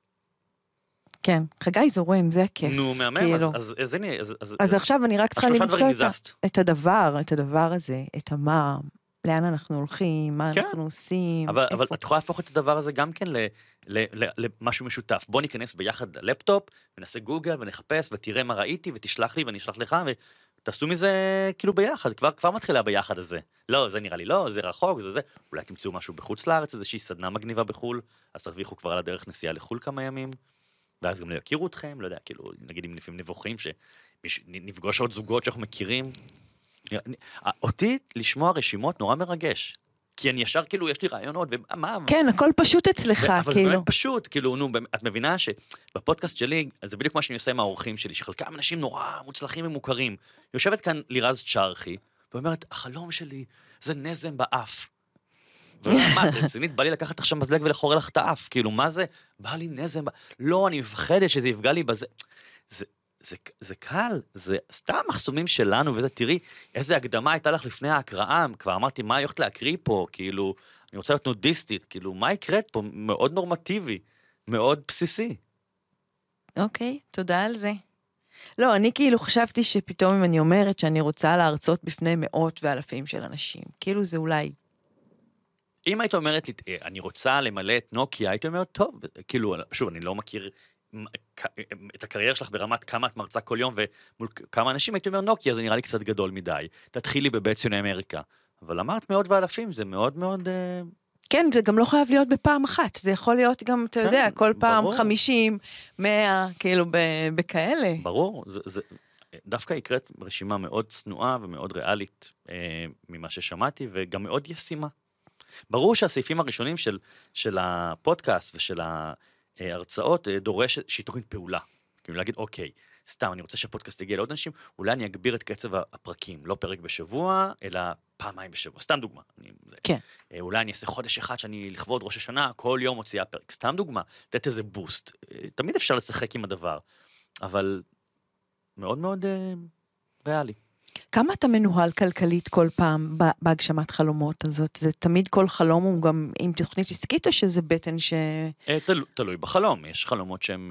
כן, חגי זורם, זה הכיף. נו, מהמם, כאילו. אז, אז, אז, אז, אז, אז עכשיו אני רק צריכה השלושה למצוא דברים את, ה- הזזת. את הדבר, את הדבר הזה, את המה, לאן אנחנו הולכים, מה כן. אנחנו עושים, אבל, איפה. אבל את יכולה להפוך את הדבר הזה גם כן ל, ל, ל, למשהו משותף. בוא ניכנס ביחד ללפטופ, ונעשה גוגל, ונחפש, ותראה מה ראיתי, ותשלח לי, ואני אשלח לך, ותעשו מזה כאילו ביחד. כבר, כבר מתחילה ביחד הזה. לא, זה נראה לי לא, זה רחוק, זה זה. אולי תמצאו משהו בחוץ לארץ, איזושהי סדנה מגניבה בחול, אז תרוויחו כבר על הדרך נסיעה לחול כמה ימים, ואז גם לא יכירו אתכם, לא יודע, כאילו, נגיד עם לפעמים נבוכים, שנפגוש עוד זוגות שאנחנו מכירים. אותי לשמוע רשימות נורא מרגש. כי אני ישר, כאילו, יש לי רעיונות, ומה... כן, הכל פשוט אצלך, אבל כאילו. זה באמת פשוט, כאילו, נו, את מבינה שבפודקאסט שלי, זה בדיוק מה שאני עושה עם האורחים שלי, שחלקם אנשים נורא מוצלחים ומוכרים. יושבת כאן לירז צ'רחי, ואומרת, החלום שלי זה נזם באף. ומה, את רצינית, בא לי לקחת עכשיו מזלג ולחורר לך את האף, כאילו, מה זה? בא לי נזם, לא, אני מפחדת שזה יפגע לי בזה. זה... זה, זה קל, זה סתם מחסומים שלנו, וזה, תראי, איזה הקדמה הייתה לך לפני ההקראה, כבר אמרתי, מה אני הולכת להקריא פה, כאילו, אני רוצה להיות נודיסטית, כאילו, מה יקראת פה? מאוד נורמטיבי, מאוד בסיסי. אוקיי, תודה על זה. לא, אני כאילו חשבתי שפתאום אם אני אומרת שאני רוצה להרצות בפני מאות ואלפים של אנשים, כאילו זה אולי... אם היית אומרת לי, אני רוצה למלא את נוקיה, היית אומרת, טוב, כאילו, שוב, אני לא מכיר... את הקריירה שלך ברמת כמה את מרצה כל יום ומול כמה אנשים, הייתי אומר נוקיה, זה נראה לי קצת גדול מדי. תתחילי בבית ציוני אמריקה. אבל אמרת מאות ואלפים, זה מאוד מאוד... כן, זה גם לא חייב להיות בפעם אחת, זה יכול להיות גם, אתה יודע, כל פעם חמישים, מאה, כאילו בכאלה. ברור, זה, דווקא יקראת רשימה מאוד צנועה ומאוד ריאלית ממה ששמעתי, וגם מאוד ישימה. ברור שהסעיפים הראשונים של, של הפודקאסט ושל ה... הרצאות דורש שהיא תוכנית פעולה. כאילו להגיד, אוקיי, סתם, אני רוצה שהפודקאסט יגיע לעוד אנשים, אולי אני אגביר את קצב הפרקים, לא פרק בשבוע, אלא פעמיים בשבוע. סתם דוגמה. אני, כן. זה, אולי אני אעשה חודש אחד שאני לכבוד ראש השנה, כל יום מוציאה פרק. סתם דוגמה, לתת איזה בוסט. תמיד אפשר לשחק עם הדבר, אבל מאוד מאוד אה, ריאלי. כמה אתה מנוהל כלכלית כל פעם בהגשמת חלומות הזאת? זה תמיד כל חלום הוא גם עם תוכנית עסקית או שזה בטן ש... תלוי, תלוי בחלום. יש חלומות שהם,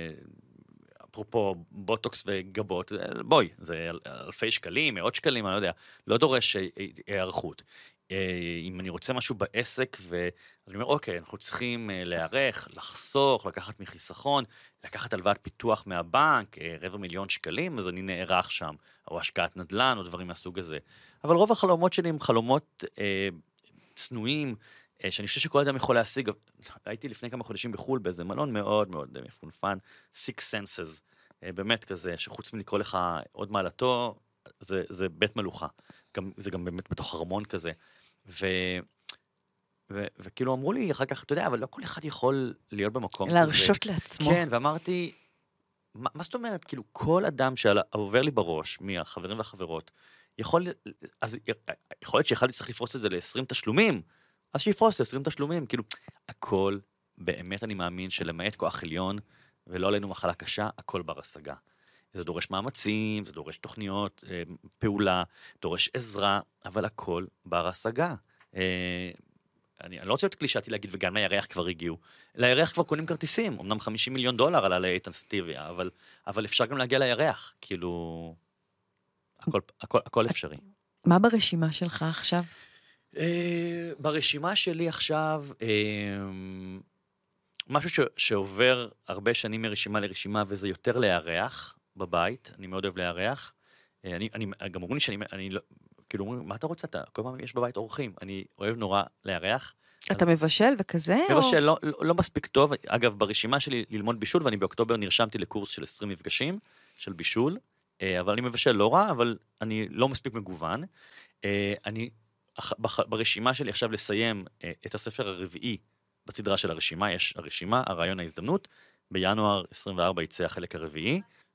אפרופו בוטוקס וגבות, בואי, זה אלפי שקלים, מאות שקלים, אני לא יודע, לא דורש הערכות. אם אני רוצה משהו בעסק, ואני אומר, אוקיי, אנחנו צריכים להיערך, לחסוך, לקחת מחיסכון, לקחת הלוואת פיתוח מהבנק, רבע מיליון שקלים, אז אני נערך שם, או השקעת נדל"ן, או דברים מהסוג הזה. אבל רוב החלומות שלי הם חלומות אה, צנועים, אה, שאני חושב שכל אדם יכול להשיג. הייתי לפני כמה חודשים בחול, באיזה מלון מאוד מאוד מפונפן, Six Senses, אה, באמת כזה, שחוץ מלקרוא לך עוד מעלתו, זה, זה בית מלוכה. גם, זה גם באמת בתוך הרמון כזה. ו... ו- וכאילו אמרו לי אחר כך, אתה יודע, אבל לא כל אחד יכול להיות במקום כזה. להרשות לעצמו. כן, ואמרתי, מה, מה זאת אומרת? כאילו, כל אדם שעובר לי בראש, מהחברים והחברות, יכול, אז יכול להיות שיכולתי צריך לפרוס את זה ל-עשרים תשלומים, אז שיפרוס ל-עשרים תשלומים, כאילו, הכל, באמת אני מאמין שלמעט כוח עליון, ולא עלינו מחלה קשה, הכל בר השגה. זה דורש מאמצים, זה דורש תוכניות, פעולה, דורש עזרה, אבל הכל בר השגה. אני, אני לא רוצה להיות קלישאתי להגיד, וגם לירח כבר הגיעו. לירח כבר קונים כרטיסים, אמנם חמישים מיליון דולר עלה לאיתן סטיביה, אבל, אבל אפשר גם להגיע לירח, כאילו, הכל, הכל, הכל אפשרי. מה ברשימה שלך עכשיו? אה, ברשימה שלי עכשיו, אה, משהו ש, שעובר הרבה שנים מרשימה לרשימה, וזה יותר לירח בבית, אני מאוד אוהב לירח. אה, אני, אני, גם אומרים לי שאני, אני לא, כאילו אומרים, מה אתה רוצה? אתה, כל פעם יש בבית אורחים, אני אוהב נורא לארח. אתה מבשל וכזה? מבשל, לא, לא, לא מספיק טוב. אגב, ברשימה שלי ללמוד בישול, ואני באוקטובר נרשמתי לקורס של עשרים מפגשים של בישול, אבל אני מבשל לא רע, אבל אני לא מספיק מגוון. אני, ברשימה שלי עכשיו לסיים את הספר הרביעי בסדרה של הרשימה, יש הרשימה, הרעיון ההזדמנות, בינואר עשרים וארבע יצא החלק הרביעי,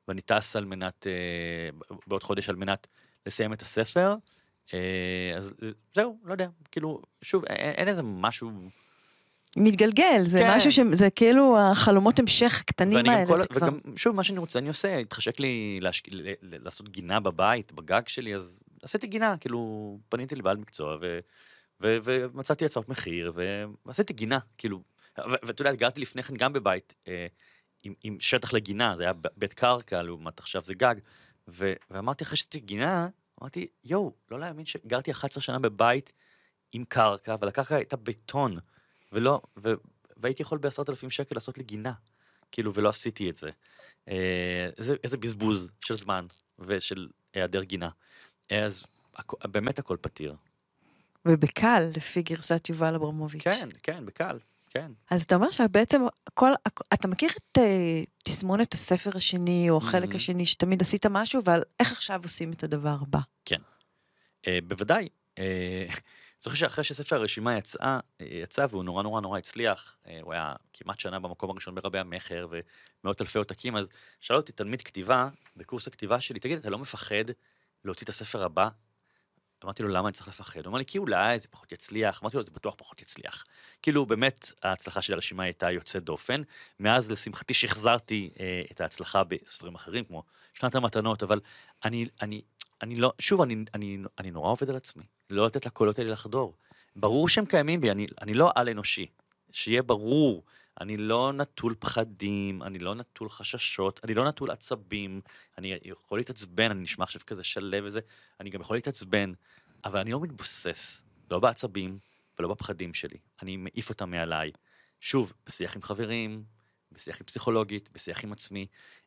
ואני טס על מנת, בעוד חודש על מנת לסיים את הספר, אז זהו, לא יודע, כאילו, שוב, אין איזה משהו... מתגלגל, זה כן. משהו שזה כאילו החלומות המשך קטנים האלה, כל, זה כבר... וגם, שוב, מה שאני רוצה, אני עושה, התחשק לי להשק... לעשות גינה בבית, בגג שלי, אז עשיתי גינה, כאילו, פניתי לבעל מקצוע, ו... ו... ומצאתי הצעות מחיר, ועשיתי גינה, כאילו, ואתה יודע, גרתי לפני כן גם בבית, אה, עם, עם שטח לגינה, זה היה בית קרקע, לעומת עכשיו זה גג, ו... ואמרתי, אחרי שעשיתי גינה, אמרתי, יואו, לא להאמין שגרתי אחת עשרה שנה בבית עם קרקע, אבל הקרקע הייתה בטון, ולא, ו... והייתי יכול בעשרת אלפים שקל לעשות לי גינה, כאילו, ולא עשיתי את זה. אה, איזה, איזה בזבוז של זמן, ושל היעדר גינה. אז באמת הכל פתיר. ובקל, לפי גרסת יובל אברמוביץ'. כן, כן, בקל, כן. אז אתה אומר שבעצם, כל, אתה מכיר את תסמונת הספר השני, או החלק השני, שתמיד עשית משהו, אבל איך עכשיו עושים את הדבר הבא? כן. בוודאי. זוכר שאחרי שספר הרשימה יצא, יצא, והוא נורא נורא נורא הצליח, הוא היה כמעט שנה במקום הראשון ברבי המחר, ומאות אלפי עותקים, אז שאל אותי תלמיד כתיבה, בקורס הכתיבה שלי, תגיד, אתה לא מפחד להוציא את הספר הבא? אמרתי לו, למה אני צריך לפחד? הוא אמר לי, כי אולי זה פחות יצליח. אמרתי לו, זה בטוח פחות יצליח. כאילו, באמת, ההצלחה של הרשימה הייתה יוצאת דופן. מאז, לשמחתי, שחזרתי אה, את ההצלחה בספרים אחרים, כמו שנת המתנות, אבל אני, אני, אני לא, שוב, אני, אני, אני נורא עובד על עצמי. לא לתת לקולות האלה לחדור. ברור שהם קיימים בי, אני, אני לא על אנושי. שיהיה ברור, אני לא נטול פחדים, אני לא נטול חששות, אני לא נטול עצבים, אני יכול להתעצבן, אני נשמע עכשיו כזה שלב וזה, אני גם יכול להתעצבן, אבל אני לא מתבוסס, לא בעצבים ולא בפחדים שלי. אני מעיף אותם מעליי. שוב, בשיח עם חברים, בשיח עם פסיכולוגית, בשיח עם עצמי.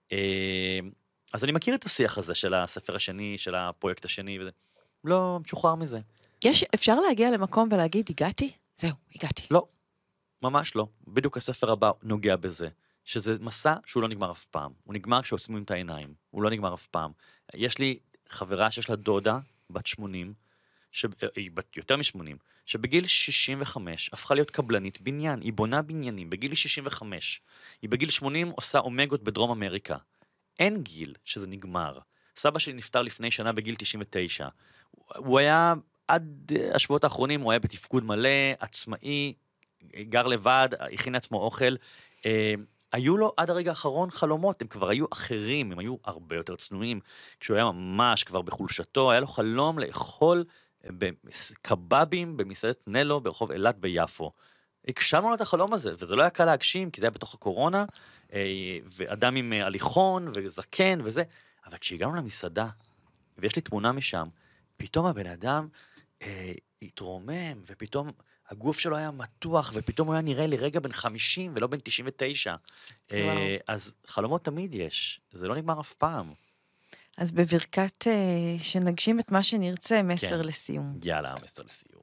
אז אני מכיר את השיח הזה של הספר השני, של הפרויקט השני, וזה לא משוחרר מזה. יש, אפשר להגיע למקום ולהגיד, הגעתי? זהו, הגעתי. לא. ממש לא. בדיוק הספר הבא נוגע בזה. שזה מסע שהוא לא נגמר אף פעם. הוא נגמר כשעוצמים את העיניים. הוא לא נגמר אף פעם. יש לי חברה שיש לה דודה, בת שמונים, היא בת יותר מ-שמונים, שבגיל שישים וחמש הפכה להיות קבלנית בניין. היא בונה בניינים בגיל שישים וחמש. היא בגיל שמונים עושה אומגות בדרום אמריקה. אין גיל שזה נגמר. סבא שלי נפטר לפני שנה בגיל תשעים ותשע. הוא היה, עד השבועות האחרונים, הוא היה בתפקוד מלא, עצמאי, גר לבד, הכין לעצמו אוכל, אה, היו לו עד הרגע האחרון חלומות, הם כבר היו אחרים, הם היו הרבה יותר צנועים, כשהוא היה ממש כבר בחולשתו, היה לו חלום לאכול קבבים במסעדת נלו ברחוב אילת ביפו. הקשבנו לו את החלום הזה, וזה לא היה קל להגשים, כי זה היה בתוך הקורונה, אה, ואדם עם הליכון וזקן וזה, אבל כשהגענו למסעדה, ויש לי תמונה משם, פתאום הבן אדם אה, התרומם, ופתאום הגוף שלו היה מתוח, ופתאום הוא היה נראה לי רגע בן חמישים, ולא בן תשעים ותשע. אה, אז חלומות תמיד יש, זה לא נגמר אף פעם. אז בברכת אה, שנגשים את מה שנרצה, מסר כן. לסיום. יאללה, מסר לסיום.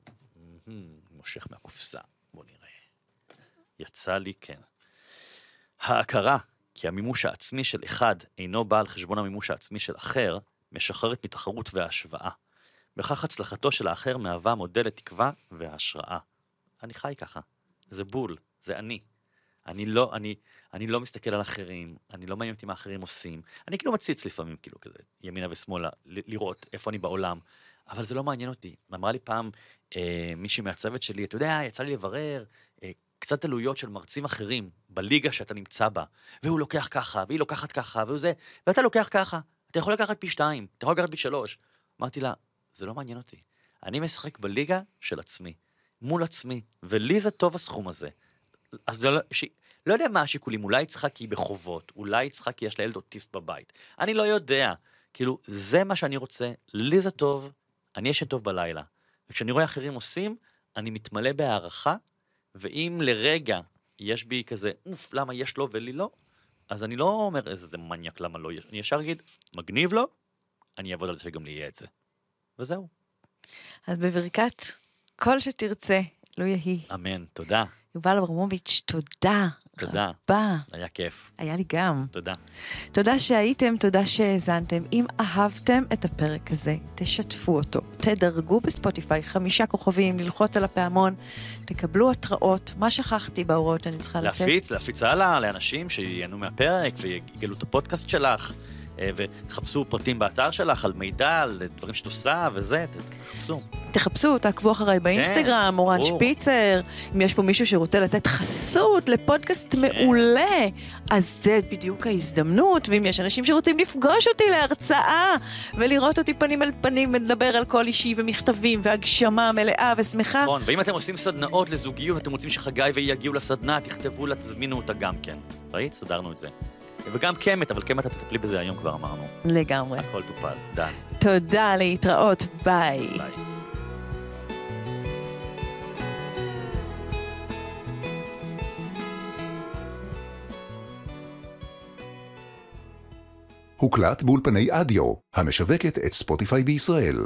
מושך מהקופסה, בוא נראה. יצא לי, כן. ההכרה כי המימוש העצמי של אחד אינו בא על חשבון המימוש העצמי של אחר, משחררת מתחרות והשוואה. בכך הצלחתו של האחר מהווה מודל לתקווה והשראה. אני חי ככה. זה בול, זה אני. אני לא, אני, אני לא מסתכל על אחרים, אני לא מעניין אותי מה אחרים עושים. אני כאילו מציץ לפעמים, כאילו כזה, ימינה ושמאלה, ל- לראות איפה אני בעולם. אבל זה לא מעניין אותי. אמרה לי פעם, אה, מישהי מהצוות שלי, אתה יודע, יצא לי לברר, אה, קצת עלויות של מרצים אחרים, בליגה שאתה נמצא בה, והוא לוקח ככה, והיא לוקחת ככה, והוא זה, ואתה לוקח ככה, אתה יכול לקחת פי שתיים, אתה יכול לקחת פי שלוש. אמרתי לה, זה לא מעניין אותי. אני משחק בליגה של עצמי, מול עצמי, ולי זה טוב הסכום הזה. אז לא, ש... לא יודע מה השיקולים, אולי צריכה כי היא בחובות, אולי צריכה כי יש לה ילד אוטיסט בבית. אני לא יודע. כאילו, זה מה שאני רוצה, לי זה טוב, אני ישן טוב בלילה. וכשאני רואה אחרים עושים, אני מתמלא בהערכה, ואם לרגע יש בי כזה, אוף, למה יש לו ולי לא, אז אני לא אומר איזה זה מניאק, למה לא יש. אני ישר אגיד, מגניב לו, אני אעבוד על זה שגם לי יהיה את זה. וזהו. אז בברכת כל שתרצה, לא יהי. אמן, תודה. יובל אברמוביץ', תודה. תודה. רבה. היה כיף. היה לי גם. תודה. תודה שהייתם, תודה שהאזנתם. אם אהבתם את הפרק הזה, תשתפו אותו. תדרגו בספוטיפיי חמישה כוכבים, ללחוץ על הפעמון, תקבלו התראות. מה שכחתי בהוראות אני צריכה לתת? להפיץ, להפיץ הלאה לאנשים שיהנו מהפרק ויגלו את הפודקאסט שלך. וחפשו פרטים באתר שלך על מידע, על דברים שאת עושה וזה, תחפשו. תחפשו, תעקבו אחריי באינסטגרם, אורן שפיצר, אם יש פה מישהו שרוצה לתת חסות לפודקאסט מעולה, אז זה בדיוק ההזדמנות, ואם יש אנשים שרוצים לפגוש אותי להרצאה, ולראות אותי פנים על פנים, ולדבר על כל אישי ומכתבים, והגשמה מלאה ושמחה. נכון, ואם אתם עושים סדנאות לזוגיות, ואתם רוצים שחגי ויגיעו לסדנה, תכתבו לה, תזמינו אותה גם כן. ראית? סדרנו את זה. וגם קמת, אבל קמת תטפלי בזה היום כבר אמרנו. לגמרי. הכל טופל, דן. תודה, להתראות, ביי. ביי. הוקלט באולפני אדיו, המשווקת את ספוטיפיי בישראל.